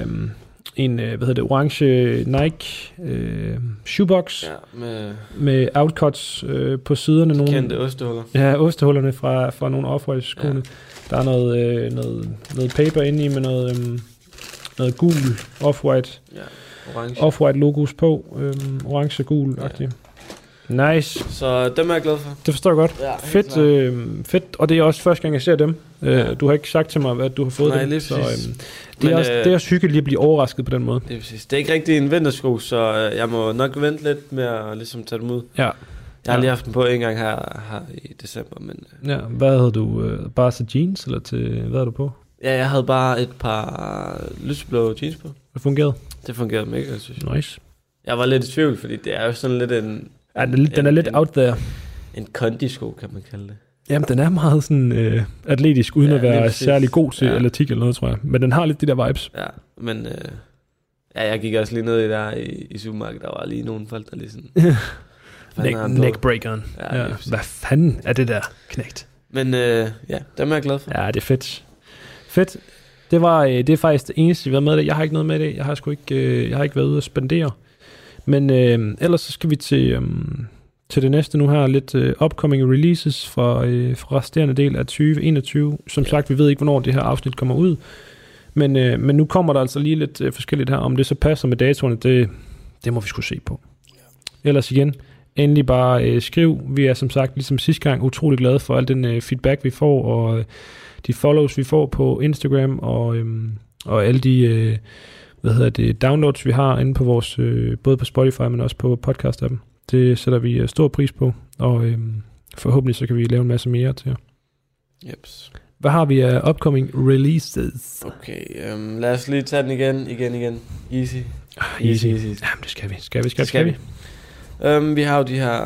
[SPEAKER 6] en øh, hvad hedder det, orange Nike øh, shoebox.
[SPEAKER 7] Ja, med...
[SPEAKER 6] Med outcuts øh, på siderne. Nogle,
[SPEAKER 7] kendte ostehuller.
[SPEAKER 6] Ja, ostehullerne fra, fra nogle off-white-skoene. Ja. Der er noget, øh, noget, noget paper inde i med noget, øh, noget gul off-white.
[SPEAKER 7] Ja, orange.
[SPEAKER 6] Off-white logos på. Øh, orange-gul-agtigt. Ja. Nice.
[SPEAKER 7] Så dem er jeg glad for.
[SPEAKER 6] Det forstår jeg godt.
[SPEAKER 7] Ja,
[SPEAKER 6] fedt, øh, fedt, og det er også første gang, jeg ser dem. Ja. Du har ikke sagt til mig, hvad du har fået.
[SPEAKER 7] Nej,
[SPEAKER 6] dem.
[SPEAKER 7] Lige
[SPEAKER 6] så, øh, det,
[SPEAKER 7] Men,
[SPEAKER 6] er også,
[SPEAKER 7] øh,
[SPEAKER 6] det er også hyggeligt lige at blive overrasket på den måde.
[SPEAKER 7] Det er præcis. Det er ikke rigtig en vintersko, så øh, jeg må nok vente lidt med at ligesom tage dem ud.
[SPEAKER 6] Ja.
[SPEAKER 7] Jeg har
[SPEAKER 6] ja.
[SPEAKER 7] lige haft dem på en gang her, her i december. Men, øh.
[SPEAKER 6] Ja, hvad havde du? Øh, bare så jeans, eller til, hvad havde du på?
[SPEAKER 7] Ja, jeg havde bare et par lysblå jeans på.
[SPEAKER 6] Det fungerede?
[SPEAKER 7] Det fungerede mega, synes jeg.
[SPEAKER 6] Nice.
[SPEAKER 7] Jeg var lidt i tvivl, fordi det er jo sådan lidt en...
[SPEAKER 6] Ja, den, den er
[SPEAKER 7] en,
[SPEAKER 6] lidt
[SPEAKER 7] en,
[SPEAKER 6] out there.
[SPEAKER 7] En kondisko, kan man kalde det.
[SPEAKER 6] Jamen, den er meget sådan øh, atletisk, uden ja, at være særlig god til ja. atletik eller noget, tror jeg. Men den har lidt de der vibes.
[SPEAKER 7] Ja, men... Øh, ja, jeg gik også lige ned i der i, i supermarkedet. Der var lige nogle folk, der lige sådan...
[SPEAKER 6] Neck, neckbreakeren. Ja, ja. Hvad fanden er det der knægt?
[SPEAKER 7] Men øh, ja, dem er jeg glad for.
[SPEAKER 6] Ja, det er fedt. Fedt. Det, var, det er faktisk det eneste, vi har med det. Jeg har ikke noget med det. Jeg har sgu ikke, øh, jeg har ikke været ude at spendere. Men øh, ellers så skal vi til, øh, til det næste nu her. Lidt øh, upcoming releases fra, øh, fra resterende del af tyve enogtyve. Som sagt, vi ved ikke, hvornår det her afsnit kommer ud. Men, øh, men nu kommer der altså lige lidt øh, forskelligt her. Om det så passer med datoerne, det, det må vi sgu se på. Ellers igen, endelig bare øh, skriv. Vi er som sagt, ligesom sidste gang, utrolig glade for al den øh, feedback, vi får, og øh, de follows, vi får på Instagram, og, øh, og alle de øh, hvad hedder det, downloads, vi har inde på vores, øh, både på Spotify, men også på podcast-appen. Det sætter vi øh, stor pris på, og øh, forhåbentlig så kan vi lave en masse mere til jer.
[SPEAKER 7] Jeps.
[SPEAKER 6] Hvad har vi af upcoming releases?
[SPEAKER 7] Okay, um, lad os lige tage den igen, igen, igen. Easy.
[SPEAKER 6] Ah, easy. easy, easy. Jamen, det skal vi. Skal vi, skal vi, skal vi.
[SPEAKER 7] Um, vi har jo de her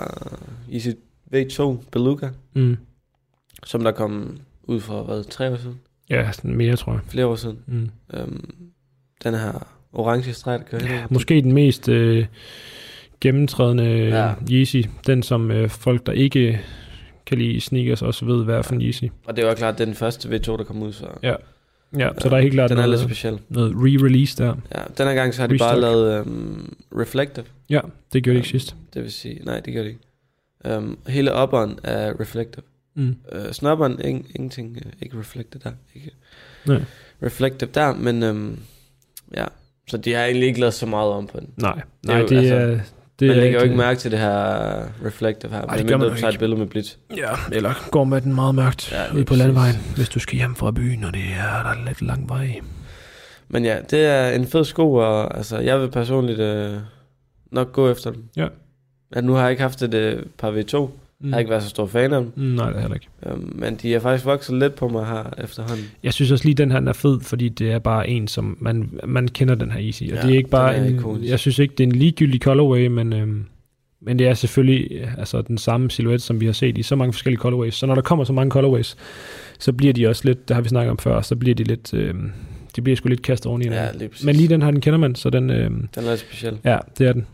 [SPEAKER 7] Easy V to Beluga, mm. som der kom ud for, hvad, tre år siden?
[SPEAKER 6] Ja, sådan mere, tror jeg.
[SPEAKER 7] Flere år siden. Mm. Um, den her orange streg, der kører
[SPEAKER 6] ja,
[SPEAKER 7] hen.
[SPEAKER 6] Måske den mest øh, gennemtrædende ja. Yeezy. Den, som øh, folk, der ikke kan lide sneakers, også ved, hvad er for en Yeezy.
[SPEAKER 7] Og det var klart, den første V to, der kom ud, så...
[SPEAKER 6] Ja. Ja, så der er helt klart
[SPEAKER 7] den
[SPEAKER 6] noget,
[SPEAKER 7] er lidt speciel.
[SPEAKER 6] Noget re-release der.
[SPEAKER 7] Ja, denne gang så har de Restock. bare lavet um, Reflective.
[SPEAKER 6] Ja, det gjorde de ikke sidst.
[SPEAKER 7] Det vil sige, nej, det gjorde de ikke. Um, hele upperen er Reflective. Mm. Uh, snobberen, ing, ingenting, uh, ikke Reflective der. Ikke
[SPEAKER 6] nej.
[SPEAKER 7] Reflective der, men um, ja, så de har egentlig ikke lavet så meget om på den.
[SPEAKER 6] Nej,
[SPEAKER 7] det
[SPEAKER 6] nej, det, det er...
[SPEAKER 7] Altså,
[SPEAKER 6] det
[SPEAKER 7] man
[SPEAKER 6] er
[SPEAKER 7] lægger jo ikke mærke til det her Reflective her,
[SPEAKER 6] ej,
[SPEAKER 7] men mindre du tager et billede med blitz.
[SPEAKER 6] Ja, eller går med den meget mørkt ja, ude på landvejen, hvis du skal hjem fra byen, og det er der er lidt lang vej.
[SPEAKER 7] Men ja, det er en fed sko, og altså, jeg vil personligt øh, nok gå efter dem.
[SPEAKER 6] Ja.
[SPEAKER 7] At nu har jeg ikke haft et øh, par V to. Mm. Jeg har ikke været så stor fan af dem.
[SPEAKER 6] Mm, nej, det er heller ikke.
[SPEAKER 7] Um, men de er faktisk vokset lidt på mig her efterhånden.
[SPEAKER 6] Jeg synes også lige, den her den er fed, fordi det er bare en, som man, man kender den her Yeezy. Og ja, det er ikke bare en, ikonisk. Jeg synes ikke, det er en ligegyldig colorway, men, øhm, men det er selvfølgelig altså, den samme silhuet, som vi har set i så mange forskellige colorways. Så når der kommer så mange colorways, så bliver de også lidt, det har vi snakket om før, så bliver de lidt, øhm, de bliver sgu lidt kastet oven i
[SPEAKER 7] ja,
[SPEAKER 6] men lige den her, den kender man, så den... Øhm,
[SPEAKER 7] den er lidt speciel.
[SPEAKER 6] Ja, det er den.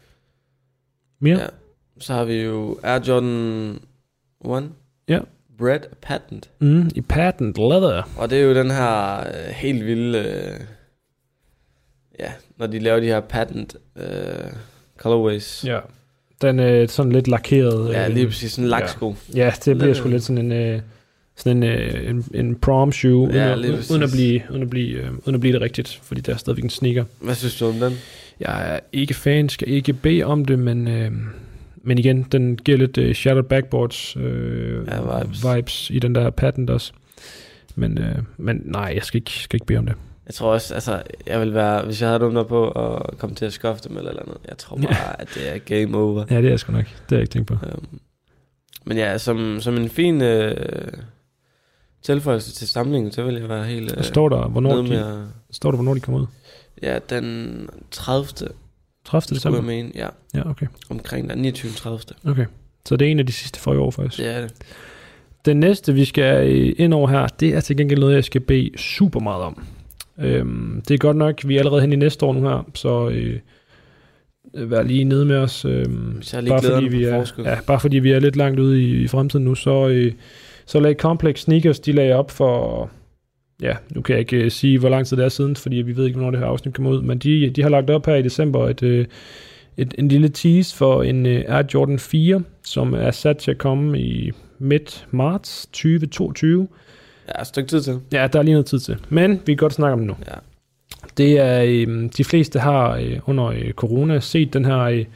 [SPEAKER 6] Mere?
[SPEAKER 7] Ja. Så har vi jo Air Jordan et.
[SPEAKER 6] Ja.
[SPEAKER 7] Bread Patent.
[SPEAKER 6] Mm, i patent leather.
[SPEAKER 7] Og det er jo den her øh, helt vilde... Øh, ja, når de laver de her patent øh, colorways.
[SPEAKER 6] Ja. Den er øh, sådan lidt lakeret.
[SPEAKER 7] Ja, lige præcis. Sådan en laksko.
[SPEAKER 6] Ja, ja det bliver sgu lidt sådan en... Øh, sådan en, øh, en, en prom shoe, ja, uden, uden, uden, at blive, uden, at blive, øh, uden at blive det rigtigt, fordi der er stadigvæk en sneaker.
[SPEAKER 7] Hvad synes du om den?
[SPEAKER 6] Jeg er ikke fan, skal ikke bede om det, men... Øh, Men igen, den giver lidt uh, shattered backboards uh,
[SPEAKER 7] ja, vibes.
[SPEAKER 6] vibes i den der patent også. Men, uh, men nej, jeg skal ikke, skal ikke bede om det.
[SPEAKER 7] Jeg tror også, altså, jeg vil være, hvis jeg havde dem der på og komme til at skuffe dem eller noget, jeg tror bare, ja. at det er game over.
[SPEAKER 6] Ja, det er sgu nok. Det har jeg ikke tænkt på.
[SPEAKER 7] Um, men ja, som, som en fin uh, tilføjelse til samlingen, så vil jeg være helt... Uh,
[SPEAKER 6] står der, hvornår de, at, står der, hvornår de kommer ud?
[SPEAKER 7] Ja, den tredivte
[SPEAKER 6] tredivte december?
[SPEAKER 7] Jeg mene, ja.
[SPEAKER 6] Ja, okay.
[SPEAKER 7] Omkring den niogtyvende tredivte
[SPEAKER 6] Okay, så det er en af de sidste for i år faktisk.
[SPEAKER 7] Det er det.
[SPEAKER 6] Den næste, vi skal ind over her, det er til gengæld noget, jeg skal bede super meget om. Øhm, det er godt nok, vi er allerede hen i næste år nu her, så øh, vær lige nede med os. Øh, bare, fordi vi er, ja, bare fordi vi er lidt langt ude i, i fremtiden nu, så, øh, så lag Complex Sneakers, de lagde op for... Ja, nu kan jeg ikke uh, sige, hvor lang tid det er siden, fordi vi ved ikke, hvornår det her afsnit kommer ud, men de, de har lagt op her i december et, uh, et, en lille tease for en uh, Air Jordan fire, som er sat til at komme i midt marts tyve toogtyve.
[SPEAKER 7] Ja, et stykke tid til.
[SPEAKER 6] Ja, der er lige noget tid til, men vi kan godt snakke om det nu.
[SPEAKER 7] Ja.
[SPEAKER 6] Det er, uh, de fleste har uh, under uh, corona set den her uh,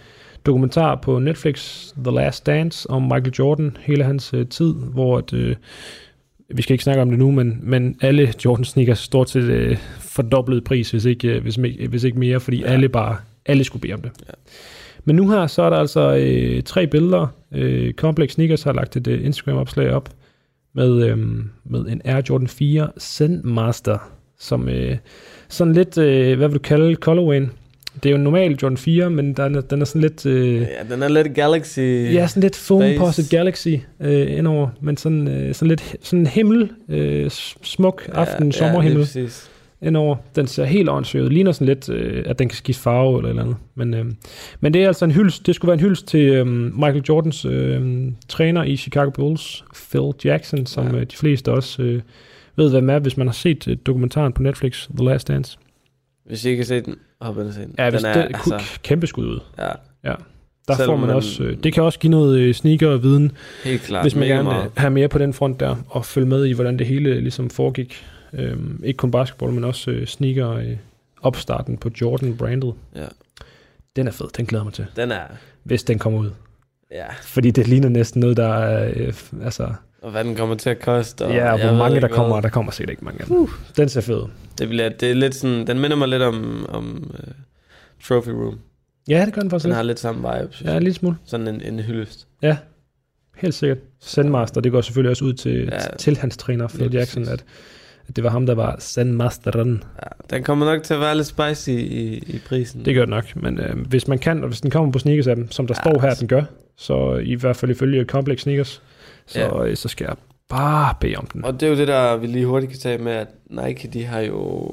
[SPEAKER 6] dokumentar på Netflix, The Last Dance, om Michael Jordan, hele hans øh, tid, hvor at, øh, vi skal ikke snakke om det nu, men, men alle Jordan sneakers stort set øh, fordoblet pris, hvis ikke, øh, hvis, hvis ikke mere, fordi ja. alle bare, alle skulle bede om det. Ja. Men nu her, så er der altså øh, tre billeder. Øh, Complex Sneakers har lagt et øh, Instagram-opslag op med, øh, med en Air Jordan fire Zen Master, som øh, sådan lidt, øh, hvad vil du kalde colorwayen? Det er jo en normal Jordan fire, men den er, den er sådan lidt... Øh,
[SPEAKER 7] ja, den er lidt Galaxy.
[SPEAKER 6] Ja, sådan lidt foam-posset Galaxy øh, indover, men sådan, øh, sådan lidt sådan himmel, øh, smuk aften, ja, sommerhimmel ja, indover. Den ser helt åndssøget. Ligner sådan lidt, øh, at den kan skifte farve eller et eller andet. Men, øh, men det er altså en hyldest. Det skulle være en hyldest til øh, Michael Jordans øh, træner i Chicago Bulls, Phil Jackson, som ja. øh, de fleste også øh, ved, hvem er, hvis man har set øh, dokumentaren på Netflix, The Last Dance.
[SPEAKER 7] Hvis I ikke har set den, hop ind og se den.
[SPEAKER 6] Ja, hvis
[SPEAKER 7] den
[SPEAKER 6] er, det altså, kæmpe skud ud.
[SPEAKER 7] Ja.
[SPEAKER 6] ja. Der Selvom får man, man også... Øh, det kan også give noget øh, sneaker og viden.
[SPEAKER 7] Helt klart.
[SPEAKER 6] Hvis man gerne
[SPEAKER 7] meget.
[SPEAKER 6] have mere på den front der, og følge med i, hvordan det hele ligesom foregik. Øhm, ikke kun basketball, men også øh, sneaker øh, opstarten på Jordan-brandet.
[SPEAKER 7] Ja.
[SPEAKER 6] Den er fed, den glæder mig til.
[SPEAKER 7] Den er...
[SPEAKER 6] Hvis den kommer ud.
[SPEAKER 7] Ja.
[SPEAKER 6] Fordi det ligner næsten noget, der er... Øh, altså,
[SPEAKER 7] og hvad den kommer til at koste. Og
[SPEAKER 6] ja, og hvor mange der hvad. kommer, der kommer sikkert ikke mange af dem. Uh, den ser fed.
[SPEAKER 7] Det, bliver, det er lidt sådan... Den minder mig lidt om... om uh, Trophy Room.
[SPEAKER 6] Ja, det gør den faktisk.
[SPEAKER 7] Den har lidt samme vibe.
[SPEAKER 6] Ja, en lille smule.
[SPEAKER 7] Sådan en, en hyldest.
[SPEAKER 6] Ja, helt sikkert. Zen Master, det går selvfølgelig også ud til, ja. til hans træner, Phil Jackson, at, at det var ham, der var Zen Masteren.
[SPEAKER 7] Ja, den kommer nok til at være lidt spicy i, i prisen.
[SPEAKER 6] Det gør det nok, men øh, hvis man kan, og hvis den kommer på sneakers-appen, som der ja, står her, den gør, så i hvert fald ifølge Complex Sneakers, så, ja. øh, så skal jeg bare bede om den.
[SPEAKER 7] Og det er jo det, der vi lige hurtigt kan tage med, at Nike, de har jo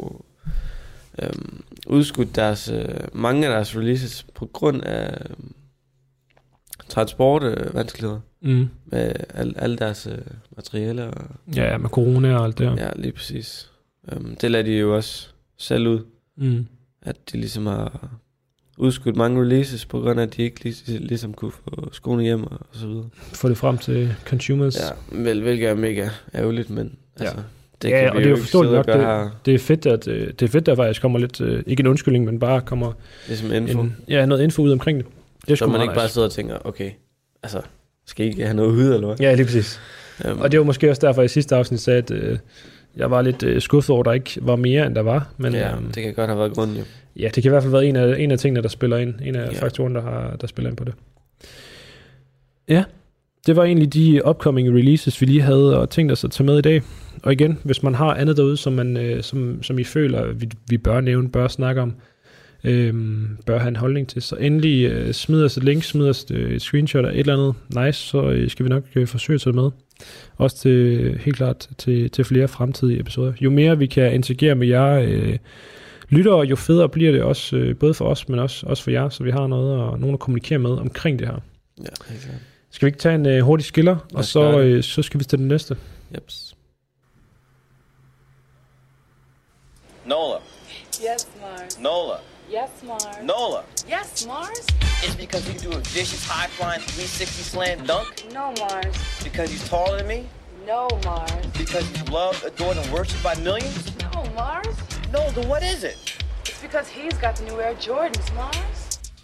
[SPEAKER 7] øhm, udskudt deres, øh, mange af deres releases på grund af øh, transportvanskeligheder øh, mm. med al, alle deres øh, materialer. Og,
[SPEAKER 6] ja, med corona og alt det her.
[SPEAKER 7] Ja, lige præcis. Øhm, det lader de jo også selv ud, mm. at de ligesom har udskudt mange releases på grund af, at de ikke lig, ligesom kunne få skoene hjem og, og så videre.
[SPEAKER 6] Få det frem til consumers.
[SPEAKER 7] Ja, vel, hvilket er mega ærgerligt, men altså...
[SPEAKER 6] Ja. Det ja, og det er jo forståeligt nok, det, det er fedt, at det er fedt, der faktisk kommer lidt, uh, ikke en undskyldning, men bare kommer
[SPEAKER 7] ligesom info.
[SPEAKER 6] En, ja, noget info ud omkring det.
[SPEAKER 7] Det så man ikke nice. Bare sidder og tænker, okay, altså, skal I ikke have noget ud, eller hvad?
[SPEAKER 6] Ja, lige præcis. Um, og det var måske også derfor, jeg i sidste afsnit sagde, at uh, jeg var lidt uh, skuffet over, at der ikke var mere, end der var. Men,
[SPEAKER 7] ja, um, det kan godt have været grunden, jo.
[SPEAKER 6] Ja, det kan i hvert fald være en af, en af tingene, der spiller ind. En af ja. faktorerne, der, har, der spiller ind på det. Ja. Det var egentlig de upcoming releases, vi lige havde og tænkt os at tage med i dag. Og igen, hvis man har andet derude, som, man, øh, som, som I føler, vi, vi bør nævne, bør snakke om, øh, bør have en holdning til, så endelig øh, smid os et link, smid os et, et screenshot af et eller andet nice, så øh, skal vi nok øh, forsøge at tage det med. Også til, helt klart til, til flere fremtidige episoder. Jo mere vi kan interagere med jer øh, lyttere, jo federe bliver det også, øh, både for os, men også, også for jer, så vi har noget og nogen at kommunikere med omkring det her.
[SPEAKER 7] Ja, helt klart.
[SPEAKER 6] Skal vi ikke tage en uh, hurtig skiller, og så, øh, så skal vi til den næste.
[SPEAKER 7] Jeps.
[SPEAKER 8] Nola.
[SPEAKER 9] Yes, Mars.
[SPEAKER 8] Nola.
[SPEAKER 9] Yes, Mars.
[SPEAKER 8] Nola.
[SPEAKER 9] Yes, Mars.
[SPEAKER 8] It's because you can do a vicious high-flying three sixty slam dunk?
[SPEAKER 9] No, Mars.
[SPEAKER 8] Because he's taller than me?
[SPEAKER 9] No, Mars.
[SPEAKER 8] Because he's loved, adored, and worshipped by millions?
[SPEAKER 9] No, Mars.
[SPEAKER 8] No, then what is it?
[SPEAKER 9] It's because he's got the new Air Jordans, Mars.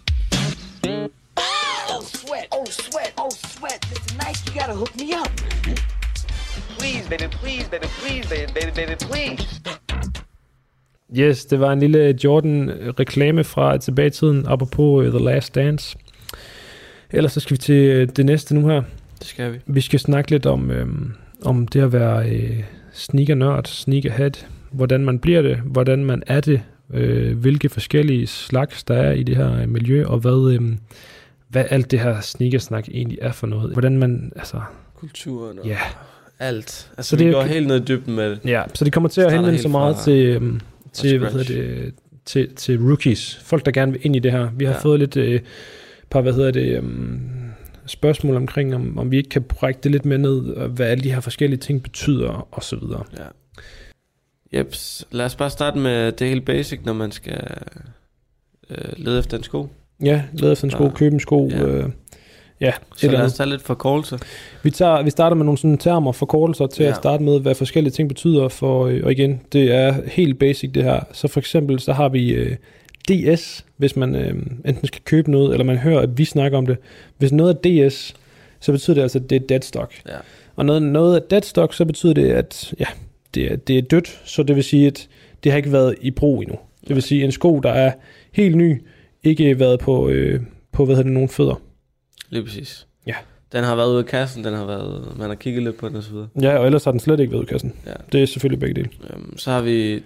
[SPEAKER 8] Oh, sweat. Oh, sweat. Oh, sweat. Mister Nice, you gotta hook me up. Please, baby, please, baby, please, baby, baby, baby, please.
[SPEAKER 6] Yes, det var en lille Jordan-reklame fra tilbage i tiden, apropos uh, The Last Dance. Ellers så skal vi til uh, det næste nu her.
[SPEAKER 7] Det skal vi.
[SPEAKER 6] Vi skal snakke lidt om, øhm, om det at være uh, sneaker-nørd, sneakerhead, hvordan man bliver det, hvordan man er det, øh, hvilke forskellige slags der er i det her øh, miljø, og hvad, øh, hvad alt det her sneakersnak egentlig er for noget. Hvordan man, altså...
[SPEAKER 7] Kulturen og
[SPEAKER 6] ja.
[SPEAKER 7] alt. Altså, så det går helt ned i dybden med det.
[SPEAKER 6] Ja, så det kommer til at henvende så meget fra, til, øh, til, hvad hedder det, til, til rookies. Folk, der gerne vil ind i det her. Vi har ja. fået lidt øh, par, hvad hedder det... Øh, spørgsmål omkring, om, om vi ikke kan brække det lidt med ned, hvad alle de her forskellige ting betyder, og så videre.
[SPEAKER 7] Ja. Jeps. Lad os bare starte med det helt basic, når man skal øh, lede efter en sko.
[SPEAKER 6] Ja, lede efter en sko, købe en sko. Ja. Øh, ja,
[SPEAKER 7] så lad os tage lidt forkortelser.
[SPEAKER 6] Vi, tager, vi starter med nogle sådan termer, forkortelser til ja. at starte med, hvad forskellige ting betyder for, og igen, det er helt basic det her. Så for eksempel, så har vi øh, D S, hvis man øh, enten skal købe noget, eller man hører, at vi snakker om det. Hvis noget er D S, så betyder det altså, at det er dead stock.
[SPEAKER 7] Ja.
[SPEAKER 6] Og noget, noget er dead stock, så betyder det, at ja, det, er, det er dødt, så det vil sige, at det har ikke været i brug endnu. Det vil sige, en sko, der er helt ny, ikke været på, øh, på hvad hedder det, nogle fødder.
[SPEAKER 7] Lige præcis.
[SPEAKER 6] Ja.
[SPEAKER 7] Den har været ude af kassen, den har været, man har kigget lidt på den og så videre.
[SPEAKER 6] Ja, og ellers har den slet ikke været ude af kassen. Ja. Det er selvfølgelig begge dele.
[SPEAKER 7] Øhm, så har vi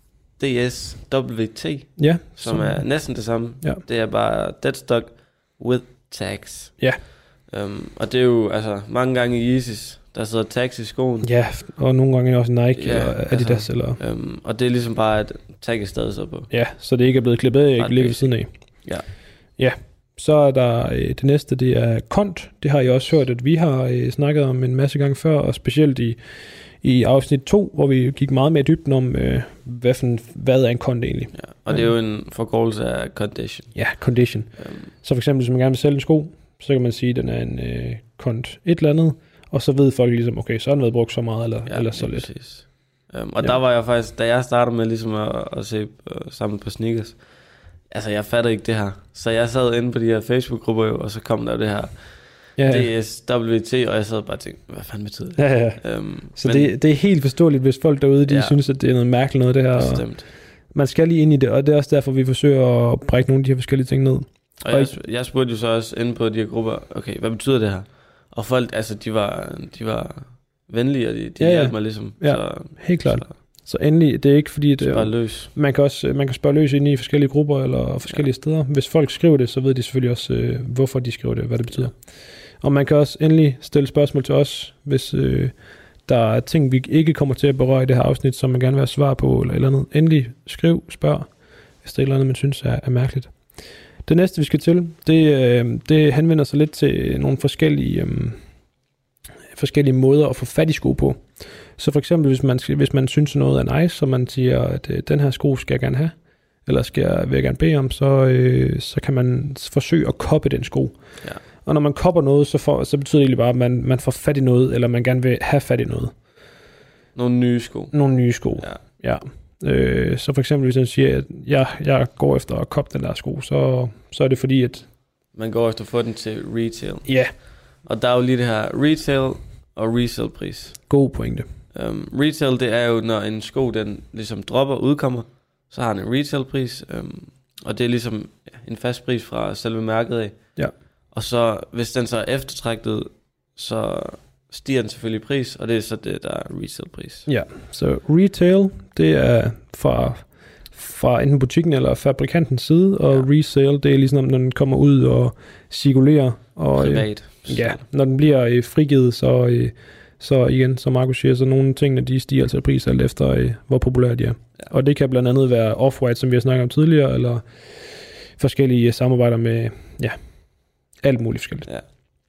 [SPEAKER 7] D S W T,
[SPEAKER 6] ja,
[SPEAKER 7] som så... er næsten det samme.
[SPEAKER 6] Ja.
[SPEAKER 7] Det er bare dead stock with tags.
[SPEAKER 6] Ja.
[SPEAKER 7] Øhm, og det er jo altså mange gange i Yeezys, der sidder tags i skoen.
[SPEAKER 6] Ja, og nogle gange også Nike ja, eller Adidas. Altså, eller...
[SPEAKER 7] Øhm, og det er ligesom bare, at tag er stadig så på.
[SPEAKER 6] Ja, så det ikke er blevet klippet af, ikke ligger ved siden af.
[SPEAKER 7] Ja.
[SPEAKER 6] Ja, så er der øh, det næste, det er kont. Det har jeg også hørt, at vi har øh, snakket om en masse gange før, og specielt i, i afsnit to, hvor vi gik meget mere i dybden om, øh, hvad, for, hvad er en kont egentlig.
[SPEAKER 7] Ja, og det er jo en forkortelse af condition.
[SPEAKER 6] Ja, condition. Um, så for eksempel, hvis man gerne vil sælge en sko, så kan man sige, at den er en øh, kont et eller andet, og så ved folk ligesom, okay, så har den været brugt så meget, eller, ja, eller så lidt.
[SPEAKER 7] Præcis. Um, og ja. Der var jeg faktisk, da jeg startede med ligesom at, at se uh, sammen på sneakers, altså jeg fatter ikke det her. Så jeg sad inde på de her Facebook-grupper jo, og så kom der det her ja, ja. D S W T, og jeg sad bare og tænkte, hvad fanden betyder det?
[SPEAKER 6] Ja, ja. Um, så men, det, det er helt forståeligt, hvis folk derude, de ja, synes, at det er noget mærkeligt noget, det her. Bestemt. Man skal lige ind i det, og det er også derfor, vi forsøger at brække nogle af de her forskellige ting ned.
[SPEAKER 7] Og, og jeg, jeg spurgte jo så også inde på de her grupper, okay, hvad betyder det her? Og folk, altså, de var, de var venlige, og de, de ja, ja. hjalp mig ligesom.
[SPEAKER 6] Ja, så, helt klart. Så, så endelig, det er ikke fordi, det
[SPEAKER 7] er løs.
[SPEAKER 6] Man kan også man kan spørge løs ind i forskellige grupper eller forskellige ja. steder. Hvis folk skriver det, så ved de selvfølgelig også, øh, hvorfor de skriver det, hvad det betyder. Ja. Og man kan også endelig stille spørgsmål til os, hvis øh, der er ting, vi ikke kommer til at berøre i det her afsnit, som man gerne vil have svar på, eller eller andet. Endelig skriv, spørg, hvis det er et eller andet, man synes er, er mærkeligt. Det næste, vi skal til, det, øh, det henvender sig lidt til nogle forskellige, øh, forskellige måder at få fat i sko på. Så for eksempel, hvis man, hvis man synes noget er nice, så man siger, at øh, den her sko skal jeg gerne have, eller skal jeg, vil jeg gerne bede om, så, øh, så kan man forsøge at koppe den sko.
[SPEAKER 7] Ja.
[SPEAKER 6] Og når man kopper noget, så, får, så betyder det egentlig bare, at man, man får fat i noget, eller man gerne vil have fat i noget.
[SPEAKER 7] Nogle nye sko.
[SPEAKER 6] Nogle nye sko, ja. ja. Øh, så for eksempel, hvis man siger, at jeg, jeg går efter at koppe den der sko, så, så er det fordi, at...
[SPEAKER 7] Man går efter at få den til retail.
[SPEAKER 6] Ja. Yeah.
[SPEAKER 7] Og der er jo lige det her retail og resale pris.
[SPEAKER 6] God pointe.
[SPEAKER 7] Um, retail, det er jo, når en sko, den ligesom dropper og udkommer, så har den en retail pris. Um, og det er ligesom ja, en fast pris fra selve mærket af.
[SPEAKER 6] Ja.
[SPEAKER 7] Og så, hvis den så er eftertragtet, så stiger den selvfølgelig i pris, og det er så det, der er retail-pris.
[SPEAKER 6] Ja, så retail, det er fra, fra enten butikken eller fabrikantens side, og ja. resale, det er ligesom, når den kommer ud og cirkulerer. Og,
[SPEAKER 7] privat.
[SPEAKER 6] Øh, ja, når den bliver øh, frigivet, så, øh, så igen, som Markus siger, så nogle ting, de stiger altså i pris alt efter, øh, hvor populære de er. Ja. Og det kan blandt andet være Off-White, som vi har snakket om tidligere, eller forskellige samarbejder med, ja, alt muligt forskelligt.
[SPEAKER 7] Ja.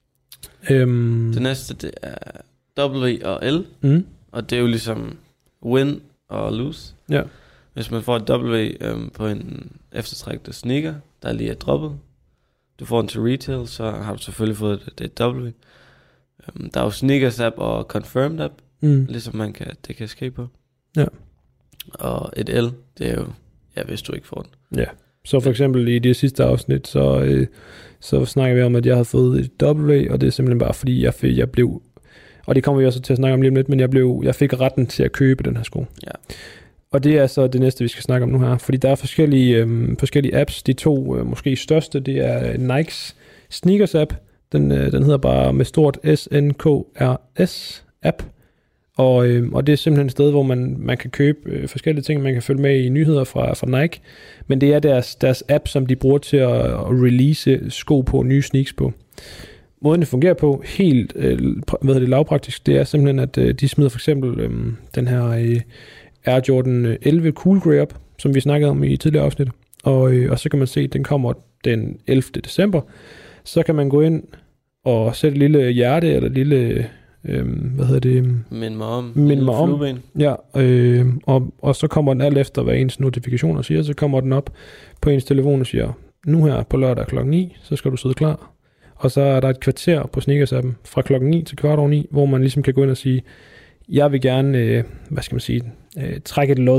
[SPEAKER 6] Øhm.
[SPEAKER 7] Det næste, det er W og L,
[SPEAKER 6] mm.
[SPEAKER 7] og det er jo ligesom win og lose.
[SPEAKER 6] Ja.
[SPEAKER 7] Hvis man får et W øhm, på en eftertragtet sneaker, der lige er droppet, du får den til retail, så har du selvfølgelig fået det, det W. Øhm, der er jo sneakers app og confirmed app,
[SPEAKER 6] mm.
[SPEAKER 7] ligesom man kan, det kan ske på.
[SPEAKER 6] Ja.
[SPEAKER 7] Og et L, det er jo, ja, hvis du ikke får den.
[SPEAKER 6] Ja. Så for eksempel i det sidste afsnit, så, øh, så snakker vi om, at jeg har fået et W, og det er simpelthen bare fordi, jeg, fik, jeg blev, og det kommer vi også til at snakke om lige om lidt, men jeg, blev, jeg fik retten til at købe den her sko.
[SPEAKER 7] Ja.
[SPEAKER 6] Og det er så det næste, vi skal snakke om nu her, fordi der er forskellige, øh, forskellige apps. De to øh, måske største, det er Nikes Sneakers app, den, øh, den hedder bare med stort S N K R S app. Og, øh, og det er simpelthen et sted, hvor man, man kan købe øh, forskellige ting, man kan følge med i nyheder fra, fra Nike, men det er deres, deres app, som de bruger til at, at release sko på, nye sneaks på. Måden det fungerer på, helt øh, hvad hedder det, lavpraktisk, det er simpelthen, at øh, de smider for eksempel øh, den her øh, Air Jordan elleve Cool Grey op, som vi snakkede om i tidligere afsnit, og, øh, og så kan man se, at den kommer den ellevte december. Så kan man gå ind og sætte et lille hjerte, eller et lille... Øhm, hvad hedder det?
[SPEAKER 7] Mind mig om.
[SPEAKER 6] Mind mig om. Ja, øh, og, og så kommer den alt efter, hvad ens notifikationer siger, så kommer den op på ens telefon og siger, nu her på lørdag klokken ni, så skal du sidde klar. Og så er der et kvarter på Sneakers-appen fra klokken ni til kvart over ni, hvor man ligesom kan gå ind og sige, jeg vil gerne, øh, hvad skal man sige, øh, trække et lod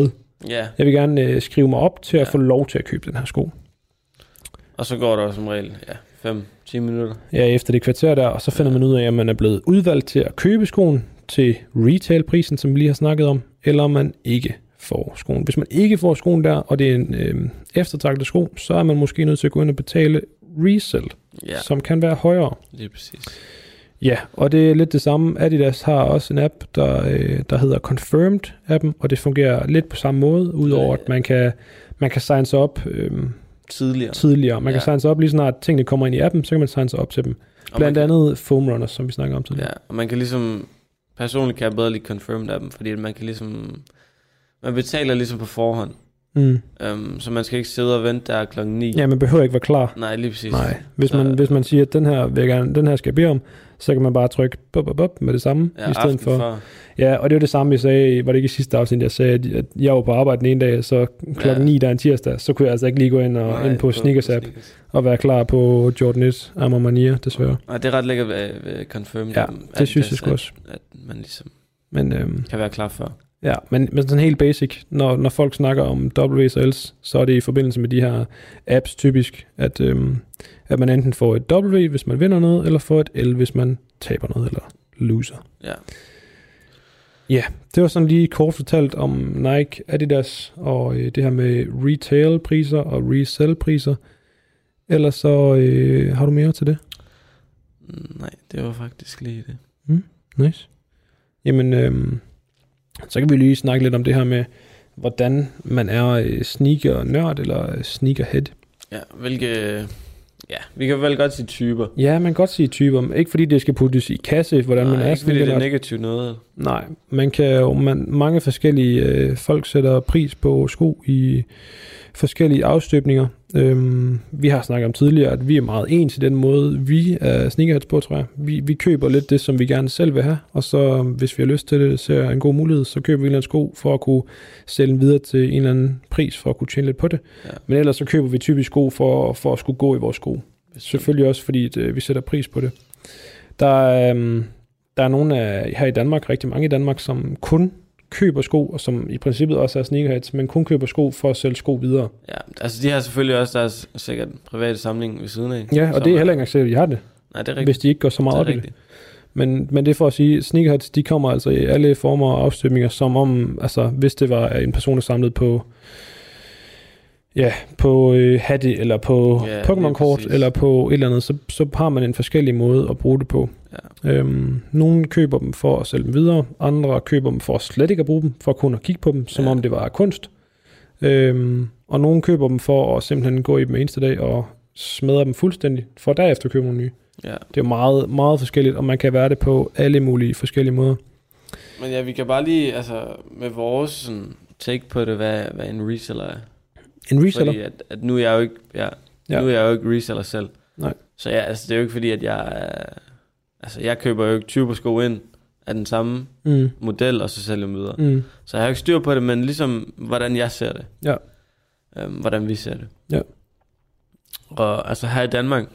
[SPEAKER 7] Ja.
[SPEAKER 6] Jeg vil gerne øh, skrive mig op til at ja. få lov til at købe den her sko.
[SPEAKER 7] Og så går der som regel ja, fem til ti minutter.
[SPEAKER 6] Ja, efter det kvarter der, og så finder man ud af, at man er blevet udvalgt til at købe skoen til retailprisen, som vi lige har snakket om, eller om man ikke får skoen. Hvis man ikke får skoen der, og det er en øh, eftertragtet sko, så er man måske nødt til at gå ind og betale resell, ja. som kan være højere.
[SPEAKER 7] Lige præcis.
[SPEAKER 6] Ja, og det er lidt det samme. Adidas har også en app, der, øh, der hedder Confirmed-appen, og det fungerer lidt på samme måde, udover at man kan, man kan signe sig op øh,
[SPEAKER 7] tidligere.
[SPEAKER 6] tidligere. Man ja. kan signe sig op lige snart tingene kommer ind i appen, så kan man signe sig op til dem. Og Blandt kan, andet foam runners, som vi snakker om tidligere.
[SPEAKER 7] Ja, og man kan ligesom, personligt kan jeg bedre lide Confirmed-appen, fordi man kan ligesom, man betaler ligesom på forhånd.
[SPEAKER 6] Mm.
[SPEAKER 7] Um, så man skal ikke sidde og vente der klokken ni.
[SPEAKER 6] Ja, man behøver ikke være klar.
[SPEAKER 7] Nej, lige præcis.
[SPEAKER 6] Nej. Hvis, så, man, hvis man siger, at den her, vil jeg gerne, den her skal jeg bede om, så kan man bare trykke bup, bup, bup med det samme.
[SPEAKER 7] Ja,
[SPEAKER 6] i stedet for.
[SPEAKER 7] for.
[SPEAKER 6] Ja, og det var det samme, jeg sagde, var det ikke i sidste afsnit, jeg sagde, at jeg var på arbejde den ene dag, så klokken ni ja. der en tirsdag, så kunne jeg altså ikke lige gå ind, og, Nej, ind på, på Sneakers app Sneakers. og være klar på Jordan et Armour Manier, desværre.
[SPEAKER 7] Nej, det er ret lækkert ved, ved Confirmed.
[SPEAKER 6] Ja, det at, synes jeg sgu også.
[SPEAKER 7] At, at man ligesom
[SPEAKER 6] men, øhm,
[SPEAKER 7] kan være klar før.
[SPEAKER 6] Ja, men, men sådan helt basic, når, når folk snakker om W's og L's, så er det i forbindelse med de her apps typisk, at, øhm, at man enten får et W, hvis man vinder noget, eller får et L, hvis man taber noget, eller loser.
[SPEAKER 7] Ja.
[SPEAKER 6] Ja, det var sådan lige kort fortalt om Nike, Adidas og øh, det her med retail-priser og resell-priser. Ellers så øh, har du mere til det?
[SPEAKER 7] Nej, det var faktisk lige det.
[SPEAKER 6] Mm, nice. Jamen, øh, så kan vi lige snakke lidt om det her med, hvordan man er øh, sneaker-nørd eller sneakerhead.
[SPEAKER 7] Ja, hvilke... Ja, vi kan vel godt sige typer.
[SPEAKER 6] Ja, man kan godt sige typer. Ikke fordi det skal puttes i kasse, hvordan
[SPEAKER 7] Nej,
[SPEAKER 6] man er.
[SPEAKER 7] ikke fordi det er negativt noget.
[SPEAKER 6] Nej, man kan jo, man, mange forskellige øh, folk sætter pris på sko i forskellige afstøbninger. Øhm, vi har snakket om tidligere, at vi er meget ens i den måde, vi er sneakerheads på, tror jeg. Vi, vi køber lidt det, som vi gerne selv vil have, og så hvis vi har lyst til det, ser en god mulighed, så køber vi en eller anden sko for at kunne sælge den videre til en eller anden pris, for at kunne tjene lidt på det. Ja. Men ellers så køber vi typisk sko for, for at skulle gå i vores sko. Selvfølgelig også, fordi det, vi sætter pris på det. Der er, øhm, der er nogle af, her i Danmark, rigtig mange i Danmark, som kun køber sko, og som i princippet også er sneakerheads, men kun køber sko for at sælge sko videre.
[SPEAKER 7] Ja, altså de har selvfølgelig også deres sikkert private samling ved siden af.
[SPEAKER 6] Ja, og det er heller ikke engang sikkert, at de har det.
[SPEAKER 7] Nej, det er rigtigt.
[SPEAKER 6] Hvis de ikke går så meget op i det. Men, men det er for at sige, sneakerheads, de kommer altså i alle former og afstøbninger, som om, altså hvis det var en person, der samlede på ja, på øh, hatte, eller på ja, Pokémon-kort, eller på et eller andet, så, så har man en forskellig måde at bruge det på. Ja. Øhm, nogle køber dem for at sælge dem videre, andre køber dem for slet ikke at bruge dem, for kun at kigge på dem, som ja. om det var kunst. Øhm, og nogle køber dem for at simpelthen gå i dem eneste dag og smadre dem fuldstændig, for derefter købe nogle nye. Ja. Det er meget, meget forskelligt, og man kan være det på alle mulige forskellige måder.
[SPEAKER 7] Men ja, vi kan bare lige, altså med vores sådan, take på det, hvad, hvad en reseller er.
[SPEAKER 6] En reseller?
[SPEAKER 7] Fordi at, at nu er jeg jo ikke, ja, ja. nu er jeg jo ikke reseller selv.
[SPEAKER 6] Nej.
[SPEAKER 7] Så ja, altså, det er jo ikke fordi, at jeg, altså jeg køber jo ikke tyve sko ind af den samme mm. model, og så sælger dem videre. Mm. Så jeg har ikke styr på det, men ligesom, hvordan jeg ser det.
[SPEAKER 6] Ja.
[SPEAKER 7] Øhm, hvordan vi ser det.
[SPEAKER 6] Ja.
[SPEAKER 7] Og altså her i Danmark.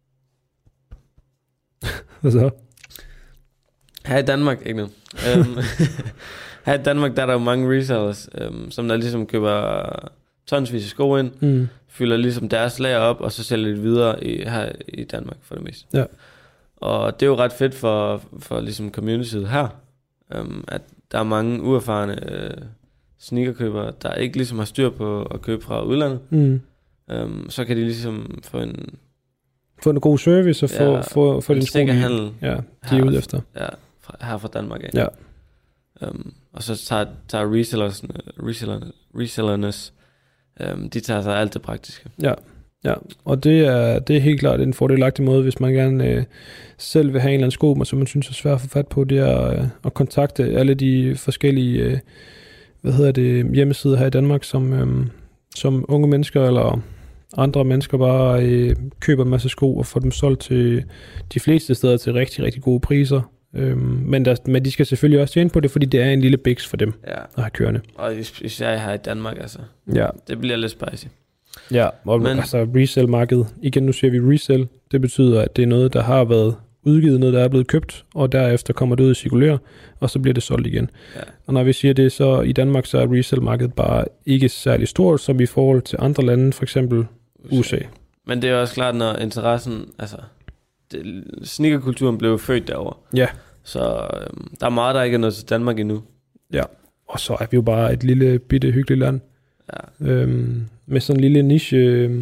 [SPEAKER 6] Hvad så?
[SPEAKER 7] Her i Danmark, ikke noget. øhm, her i Danmark, der er der jo mange resellers, øhm, som der ligesom køber tonsvis af sko ind, mm. fylder ligesom deres lager op, og så sælger det videre i, her i Danmark for det meste.
[SPEAKER 6] Ja.
[SPEAKER 7] Og det er jo ret fedt for, for ligesom communityet her, øhm, at der er mange uerfarne øh, sneakerkøbere, der ikke ligesom har styr på at købe fra udlandet. Mm. Øhm, så kan de ligesom få en...
[SPEAKER 6] Få en god service og få, ja, få, få den
[SPEAKER 7] sikker handel.
[SPEAKER 6] Ja, de er ude efter.
[SPEAKER 7] Ja, fra, her fra Danmark af.
[SPEAKER 6] Ja.
[SPEAKER 7] Um, og så tager, tager resellers, resellerne, resellernes, um, de tager sig alt det praktiske.
[SPEAKER 6] Ja, ja. Og det er, det er helt klart en fordelagtig måde, hvis man gerne øh, selv vil have en eller anden sko, som man synes er svært at få fat på, det er øh, at kontakte alle de forskellige øh, hvad hedder det, hjemmesider her i Danmark, som, øh, som unge mennesker eller andre mennesker bare øh, køber en masse sko og får dem solgt til de fleste steder til rigtig, rigtig gode priser. Øhm, men, der, men de skal selvfølgelig også tjene på det, fordi det er en lille biks for dem
[SPEAKER 7] ja.
[SPEAKER 6] at have kørende.
[SPEAKER 7] Og især her i Danmark, altså.
[SPEAKER 6] Ja.
[SPEAKER 7] Det bliver lidt spicy.
[SPEAKER 6] Ja, og men, altså resell-markedet. Igen, nu siger vi resell. Det betyder, at det er noget, der har været udgivet noget, der er blevet købt, og derefter kommer det ud i cirkulere, og så bliver det solgt igen. Ja. Og når vi siger det, så i Danmark, så er resale-markedet bare ikke særlig stort, som i forhold til andre lande, for eksempel U S A.
[SPEAKER 7] Men det er også klart, når interessen, altså, det, sneakerkulturen blev født derovre.
[SPEAKER 6] Ja.
[SPEAKER 7] Så øhm, der er meget, der ikke er noget til Danmark endnu.
[SPEAKER 6] Ja, og så er vi jo bare et lille, bitte, hyggeligt land. Ja. Øhm, med sådan en lille niche,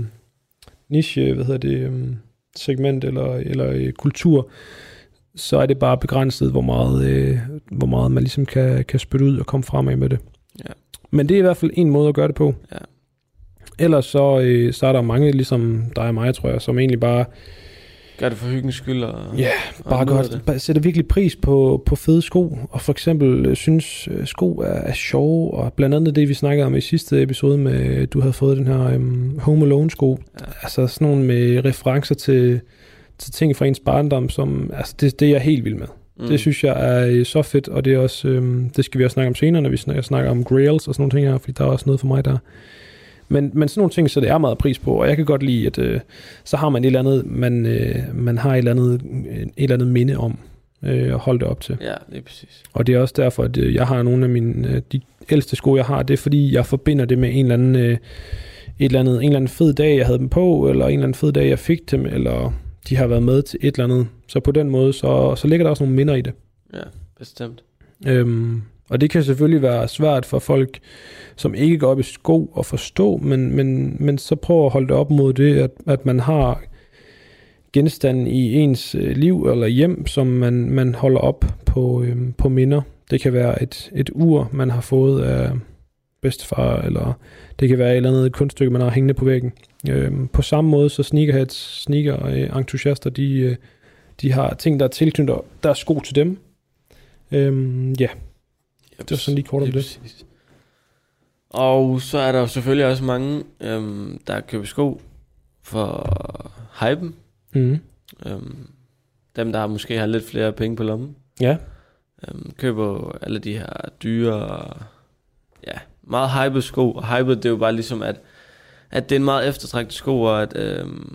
[SPEAKER 6] niche hvad hedder det, øhm, segment eller, eller øh, kultur, så er det bare begrænset, hvor meget, øh, hvor meget man ligesom kan, kan spytte ud og komme fremad med det. Ja. Men det er i hvert fald en måde at gøre det på. Ja. Ellers så, øh, så er der mange, ligesom dig og mig, tror jeg, som egentlig bare
[SPEAKER 7] gør det for hyggens skyld. Og,
[SPEAKER 6] ja, bare godt. Bare sætter virkelig pris på, på fede sko, og for eksempel øh, synes øh, sko er, er sjove, og blandt andet det, vi snakkede om i sidste episode med, du havde fået den her um, Home Alone sko. Ja. Altså sådan nogle med referencer til, til ting fra ens barndom, som, altså det, det er jeg helt vild med. Mm. Det synes jeg er så fedt, og det er også, øhm, det skal vi også snakke om senere, når vi snakker, snakker om grails og sådan nogle ting her, fordi der er også noget for mig der. Men, men sådan nogle ting, så det er meget pris på, og jeg kan godt lide, at øh, så har man et eller andet, man, øh, man har et eller andet, et eller andet minde om øh, at holde det op til.
[SPEAKER 7] Ja, det er præcis.
[SPEAKER 6] Og det er også derfor, at øh, jeg har nogle af mine, øh, de ældste sko, jeg har, det er fordi, jeg forbinder det med en eller anden, øh, et eller andet, en eller anden fed dag, jeg havde dem på, eller en eller anden fed dag, jeg fik dem, eller de har været med til et eller andet. Så på den måde, så, så ligger der også nogle minder i det.
[SPEAKER 7] Ja, bestemt.
[SPEAKER 6] Øhm, og det kan selvfølgelig være svært for folk, som ikke går op i sko at forstå, men, men, men så prøv at holde det op mod det, at, at man har genstanden i ens liv eller hjem, som man, man holder op på, øhm, på minder. Det kan være et, et ur, man har fået af bedstefar, eller det kan være et eller andet kunststykke, man har hængende på væggen. Øhm, på samme måde, så sneakerheads, sneaker-entusiaster, de, de har ting, der er tilknyttet, der er sko til dem. Øhm, ja, det var sådan lige kort om det.
[SPEAKER 7] Og så er der jo selvfølgelig også mange, øhm, der køber sko for hypen. Mm. Øhm, dem, der måske har lidt flere penge på lommen.
[SPEAKER 6] Ja.
[SPEAKER 7] Øhm, køber alle de her dyre, ja, meget hypede sko. Og hypede, det er jo bare ligesom, at, at det er en meget eftertragtet sko, og at, øhm,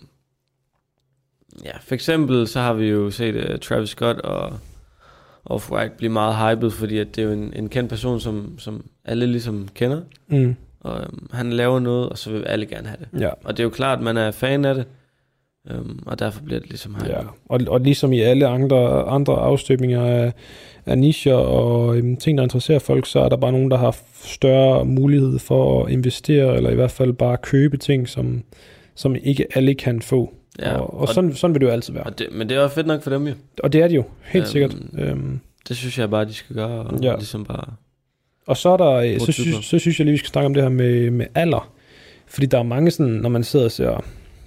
[SPEAKER 7] ja, for eksempel så har vi jo set uh, Travis Scott og Off-White blive meget hyped, fordi at det er jo en, en kendt person, som, som alle ligesom kender. Mm. Og øhm, han laver noget, og så vil alle gerne have det.
[SPEAKER 6] Ja.
[SPEAKER 7] Og det er jo klart, at man er fan af det, øhm, og derfor bliver det ligesom hyped.
[SPEAKER 6] Ja. Og, og ligesom i alle andre, andre afstøbninger af, af nicher og øhm, ting, der interesserer folk, så er der bare nogen, der har større mulighed for at investere, eller i hvert fald bare købe ting, som, som ikke alle kan få. Ja, og, og, og sådan, sådan vil det jo altid være.
[SPEAKER 7] Det, men det er jo fedt nok for dem jo.
[SPEAKER 6] Og det er det jo, helt
[SPEAKER 7] øhm,
[SPEAKER 6] sikkert. Øhm,
[SPEAKER 7] det synes jeg bare, de skal gøre. Og ja. Ligesom bare
[SPEAKER 6] og så er der, så, sy, så synes jeg lige, vi skal snakke om det her med, med alder. Fordi der er mange sådan, når man sidder og ser,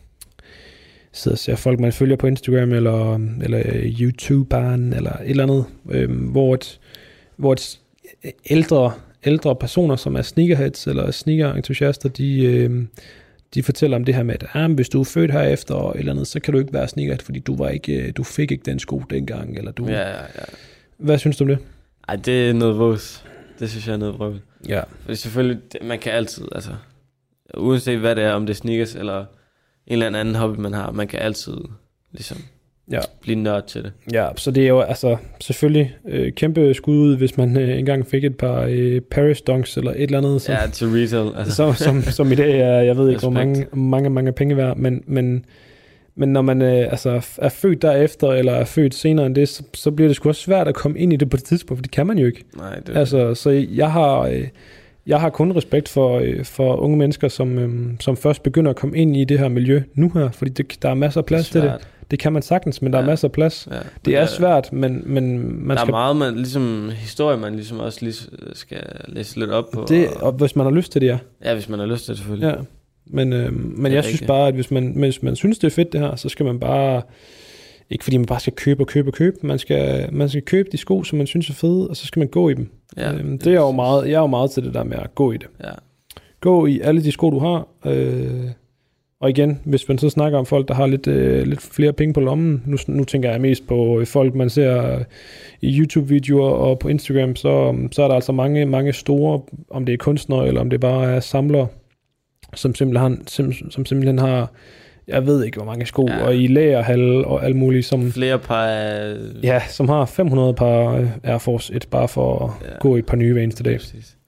[SPEAKER 6] sidder og ser folk, man følger på Instagram, eller, eller YouTuberen, eller et eller andet, øhm, hvor, et, hvor et ældre, ældre personer, som er sneakerheads, eller sneaker-entusiaster, de... Øhm, de fortæller om det her med, at ah, hvis du er født herefter og et eller andet, så kan du ikke være sneakerhead, fordi du var ikke, du fik ikke den sko dengang, eller du.
[SPEAKER 7] Ja, ja, ja.
[SPEAKER 6] Hvad synes du om det?
[SPEAKER 7] Ej, det er noget vås. Det synes jeg er noget vrøvl.
[SPEAKER 6] Ja.
[SPEAKER 7] Fordi selvfølgelig, det, man kan altid, altså, uanset hvad det er, om det er sneakers, eller en eller anden hobby, man har, man kan altid, ligesom,
[SPEAKER 6] ja.
[SPEAKER 7] blive nørd til det.
[SPEAKER 6] Ja, så det er jo, altså, selvfølgelig øh, kæmpe skud ud, hvis man øh, engang fik et par øh, Paris Dunks, eller et eller andet. Som,
[SPEAKER 7] ja, til retail. Altså.
[SPEAKER 6] Som, som, som i dag er, jeg ved ikke, hvor mange, mange, mange penge værd, men, men, men når man øh, altså, er født derefter, eller er født senere end det, så, så bliver det sgu også svært at komme ind i det på et tidspunkt, for det kan man jo ikke.
[SPEAKER 7] Nej, det
[SPEAKER 6] altså, så jeg har... Øh, Jeg har kun respekt for, øh, for unge mennesker, som, øh, som først begynder at komme ind i det her miljø nu her, fordi det, der er masser af plads det til det. Det kan man sagtens, men der ja. er masser af plads. Ja. Det er det, svært, men, men man
[SPEAKER 7] der
[SPEAKER 6] skal...
[SPEAKER 7] Der er meget man, ligesom, historie, man ligesom også lige skal læse lidt op på.
[SPEAKER 6] Det, og, og hvis man har lyst til det, ja.
[SPEAKER 7] Ja, hvis man har lyst til det, selvfølgelig.
[SPEAKER 6] Ja. Men, øh, men jeg synes bare, at hvis man, hvis man synes, det er fedt det her, så skal man bare... Ikke fordi man bare skal købe og købe og købe. Man skal, man skal købe de sko, som man synes er fede, og så skal man gå i dem. Ja, øhm, det er jo meget, jeg er jo meget til det der med at gå i det.
[SPEAKER 7] Ja.
[SPEAKER 6] Gå i alle de sko, du har. Øh, og igen, hvis man så snakker om folk, der har lidt, øh, lidt flere penge på lommen. Nu, nu tænker jeg mest på folk, man ser i YouTube-videoer og på Instagram. Så, så er der altså mange, mange store, om det er kunstnere, eller om det bare er samlere, som simpelthen, som, som simpelthen har... jeg ved ikke, hvor mange sko, ja. og i lagerhal og alt muligt, som...
[SPEAKER 7] Flere par af...
[SPEAKER 6] Ja, som har fem hundrede par Air Force et, bare for at ja. gå et par nye hver eneste dag.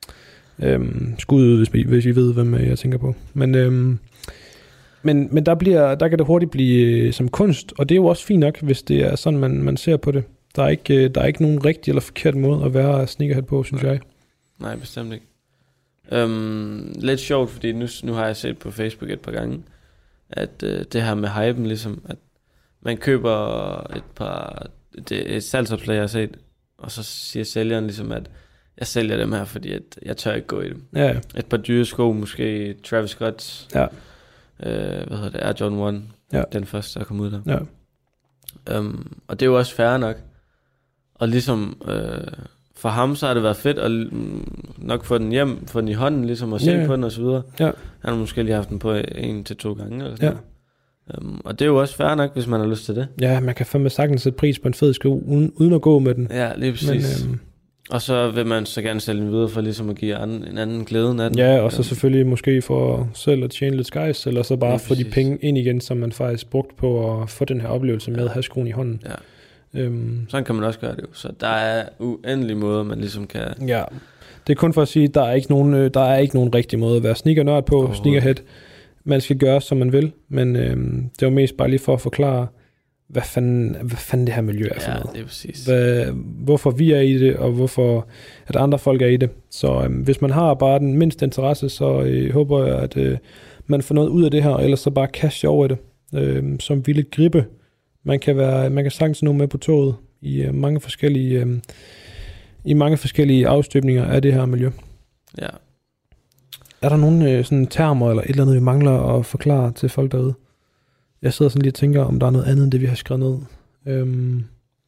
[SPEAKER 6] Øhm, skud, hvis I, hvis I ved, hvem jeg tænker på. Men, øhm, men, men der, bliver, der kan det hurtigt blive som kunst, og det er jo også fint nok, hvis det er sådan, man, man ser på det. Der er, ikke, der er ikke nogen rigtig eller forkert måde at være sneakerhead på, synes
[SPEAKER 7] Nej.
[SPEAKER 6] jeg.
[SPEAKER 7] Nej, bestemt ikke. Øhm, lidt sjovt, fordi nu, nu har jeg set på Facebook et par gange, at øh, det her med hypen, ligesom, at man køber et par, det, et salgsopslag, jeg har set, og så siger sælgeren ligesom, at jeg sælger dem her, fordi at jeg tør ikke gå i dem.
[SPEAKER 6] Ja.
[SPEAKER 7] Et par dyre sko, måske Travis Scott,
[SPEAKER 6] ja.
[SPEAKER 7] øh, hvad hedder det, Air Jordan et,
[SPEAKER 6] ja.
[SPEAKER 7] den første, der kom ud der.
[SPEAKER 6] Ja.
[SPEAKER 7] Um, og det er jo også fair nok. Og ligesom øh, for ham så har det været fedt at nok få den hjem, få den i hånden, ligesom at se
[SPEAKER 6] ja.
[SPEAKER 7] på den og så videre.
[SPEAKER 6] Ja.
[SPEAKER 7] Han har måske lige haft den på en til to gange eller sådan
[SPEAKER 6] ja.
[SPEAKER 7] um, og det er jo også fair nok, hvis man har lyst til det.
[SPEAKER 6] Ja, man kan fandme sagtens sætte pris på en fed sko uden, uden at gå med den.
[SPEAKER 7] Ja, lige præcis. Men, øhm, og så vil man så gerne sælge den videre for ligesom at give anden, en anden glæden af den.
[SPEAKER 6] Ja, og så selvfølgelig måske for selv at tjene lidt skejs, eller så bare få de penge ind igen, som man faktisk brugt på at få den her oplevelse med at have skoen i hånden.
[SPEAKER 7] Ja.
[SPEAKER 6] Øhm.
[SPEAKER 7] Sådan kan man også gøre det jo. Så der er uendelige måder, man ligesom kan...
[SPEAKER 6] Ja, det er kun for at sige, at der er ikke nogen, der er ikke nogen rigtig måde at være sneakernørd på, oh. sneakerhead. Man skal gøre, som man vil, men øhm, det var mest bare lige for at forklare, hvad fanden, hvad fanden det her miljø er for
[SPEAKER 7] ja,
[SPEAKER 6] noget.
[SPEAKER 7] Det er præcis.
[SPEAKER 6] Hvad, hvorfor vi er i det, og hvorfor at andre folk er i det. Så øhm, hvis man har bare den mindste interesse, så øh, håber jeg, at øh, man får noget ud af det her, eller så bare kaste over det, øh, som ville gribe. Man kan være, man kan sagtens nå med på toget i øh, mange forskellige, øh, i mange forskellige afstøbninger af det her miljø.
[SPEAKER 7] Ja.
[SPEAKER 6] Er der nogle øh, sådan termer eller et eller andet, vi mangler at forklare til folk derude? Jeg sidder sådan lige og tænker, om der er noget andet end det, vi har skrevet ned. Øhm,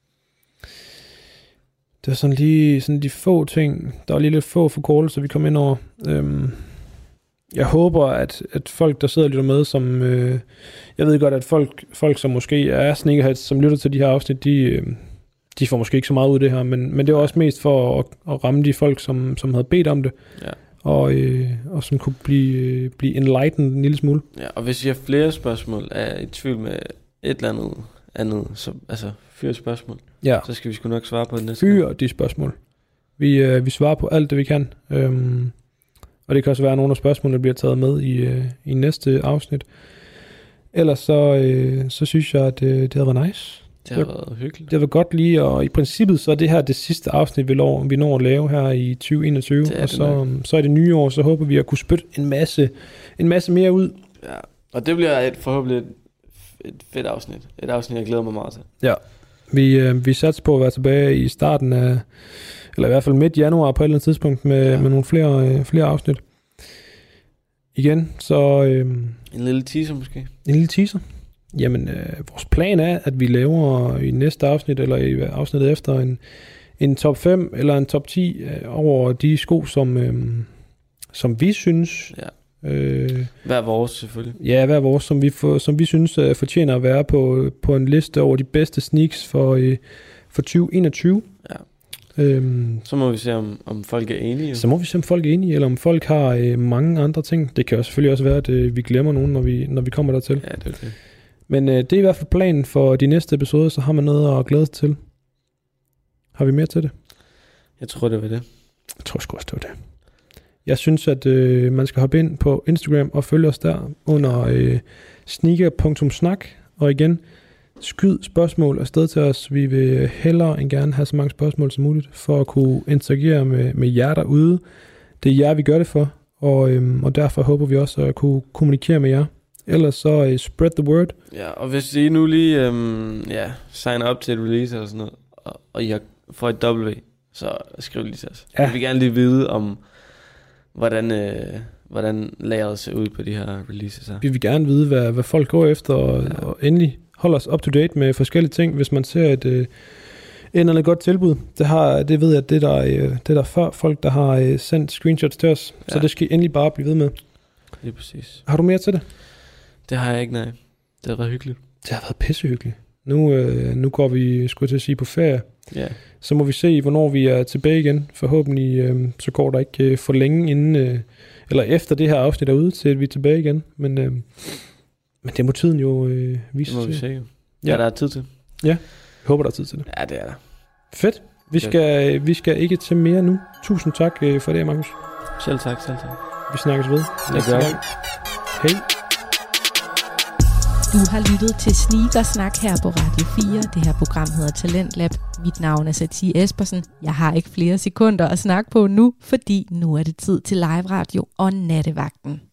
[SPEAKER 6] det er sådan lige sådan de få ting. Der er lige lidt få forkortelser, vi kom ind over. Øhm, jeg håber, at, at folk, der sidder og lytter med, som... Øh, jeg ved godt, at folk, folk som måske er sneakerheads, som lytter til de her afsnit, de, øh, de får måske ikke så meget ud af det her, men, men det er også mest for at, at ramme de folk, som, som havde bedt om det.
[SPEAKER 7] Ja.
[SPEAKER 6] Og, øh, og som kunne blive, øh, blive enlightened en lille smule.
[SPEAKER 7] Ja, og hvis I har flere spørgsmål, er i tvivl med et eller andet andet, så, altså fyr spørgsmål,
[SPEAKER 6] ja.
[SPEAKER 7] så skal vi sgu nok svare på det næste.
[SPEAKER 6] Fyr de spørgsmål. Vi, øh, vi svarer på alt det, vi kan. Øhm, og det kan også være, at nogle af spørgsmålene bliver taget med i, øh, i næste afsnit. Ellers så, øh, så synes jeg, at øh, det har været nice.
[SPEAKER 7] Det har været hyggeligt.
[SPEAKER 6] Det har været godt lige, og i princippet så er det her det sidste afsnit, vi når, vi når at lave her i tyve enogtyve, og så, så er det nye år, så håber vi at kunne spytte en masse, en masse mere ud.
[SPEAKER 7] Ja, og det bliver et, forhåbentlig et, et fedt afsnit. Et afsnit, jeg glæder mig meget til.
[SPEAKER 6] Ja, vi, øh, vi satser på at være tilbage i starten af, eller i hvert fald midt januar på et eller andet tidspunkt, med, ja. med nogle flere, øh, flere afsnit. Igen, så... Øh,
[SPEAKER 7] en lille teaser måske?
[SPEAKER 6] En lille teaser. Jamen, øh, vores plan er, at vi laver i næste afsnit, eller i afsnittet efter, en, en top fem eller en top ti øh, over de sko, som, øh, som vi synes...
[SPEAKER 7] Ja.
[SPEAKER 6] Øh,
[SPEAKER 7] hver vores, selvfølgelig.
[SPEAKER 6] Ja, hver vores, som vi, for, som vi synes øh, fortjener at være på, på en liste over de bedste sneaks for, øh, for tyve enogtyve.
[SPEAKER 7] Ja.
[SPEAKER 6] Øhm,
[SPEAKER 7] så må vi se, om, om folk er enige.
[SPEAKER 6] Så må vi se, om folk er enige, eller om folk har øh, mange andre ting. Det kan jo selvfølgelig også være, at øh, vi glemmer nogen, når vi, når vi kommer dertil.
[SPEAKER 7] Ja, det er det.
[SPEAKER 6] Men øh, det er i hvert fald planen for de næste episoder, så har man noget at glæde sig til. Har vi mere til det?
[SPEAKER 7] Jeg tror, det var det.
[SPEAKER 6] Jeg tror sgu også, det var det. Jeg synes, at øh, man skal hoppe ind på Instagram og følge os der under øh, sneaker punktum snak. Og igen, skyd spørgsmål afsted til os. Vi vil hellere end gerne have så mange spørgsmål som muligt, for at kunne interagere med, med jer derude. Det er jer, vi gør det for, og, øh, og derfor håber vi også at kunne kommunikere med jer. Ellers så uh, spread the word.
[SPEAKER 7] Ja, og hvis I nu lige øhm, ja, signer op til et release eller sådan noget, og, og I har, får et W, så skriv lige til os. Ja. Vi vil gerne lige vide om, hvordan, øh, hvordan lageret ser ud på de her releases her.
[SPEAKER 6] Vi vil gerne vide, hvad, hvad folk går efter, og, ja. og endelig hold os up to date med forskellige ting, hvis man ser et øh, endelig godt tilbud. Det, har, det ved jeg, det der, øh, det der før folk, der har øh, sendt screenshots til os, ja. Så det skal I endelig bare blive ved med.
[SPEAKER 7] Lige præcis.
[SPEAKER 6] Har du mere til det?
[SPEAKER 7] Det har jeg ikke, nej. Det har været hyggeligt.
[SPEAKER 6] Det har været pissehyggeligt. Nu, øh, nu går vi, skulle jeg til at sige, på ferie.
[SPEAKER 7] Ja.
[SPEAKER 6] Så må vi se, hvornår vi er tilbage igen. Forhåbentlig øh, så går der ikke øh, for længe inden, øh, eller efter det her afsnit er ude, til at vi er tilbage igen. Men øh, Men det må tiden jo øh, vise.
[SPEAKER 7] Det må vi se.
[SPEAKER 6] Ja,
[SPEAKER 7] ja, der er tid til.
[SPEAKER 6] Ja, jeg håber, der er tid til det.
[SPEAKER 7] Ja, det er der.
[SPEAKER 6] Fedt. Vi skal, vi skal ikke til mere nu. Tusind tak øh, for det, Markus.
[SPEAKER 7] Selv tak, selv tak.
[SPEAKER 6] Vi snakkes ved.
[SPEAKER 7] Det gør vi.
[SPEAKER 6] Hej.
[SPEAKER 1] Du har lyttet til Sneakersnak her på Radio fire. Det her program hedder Talentlab. Mit navn er Satie Espersen. Jeg har ikke flere sekunder at snakke på nu, fordi nu er det tid til live radio og nattevagten.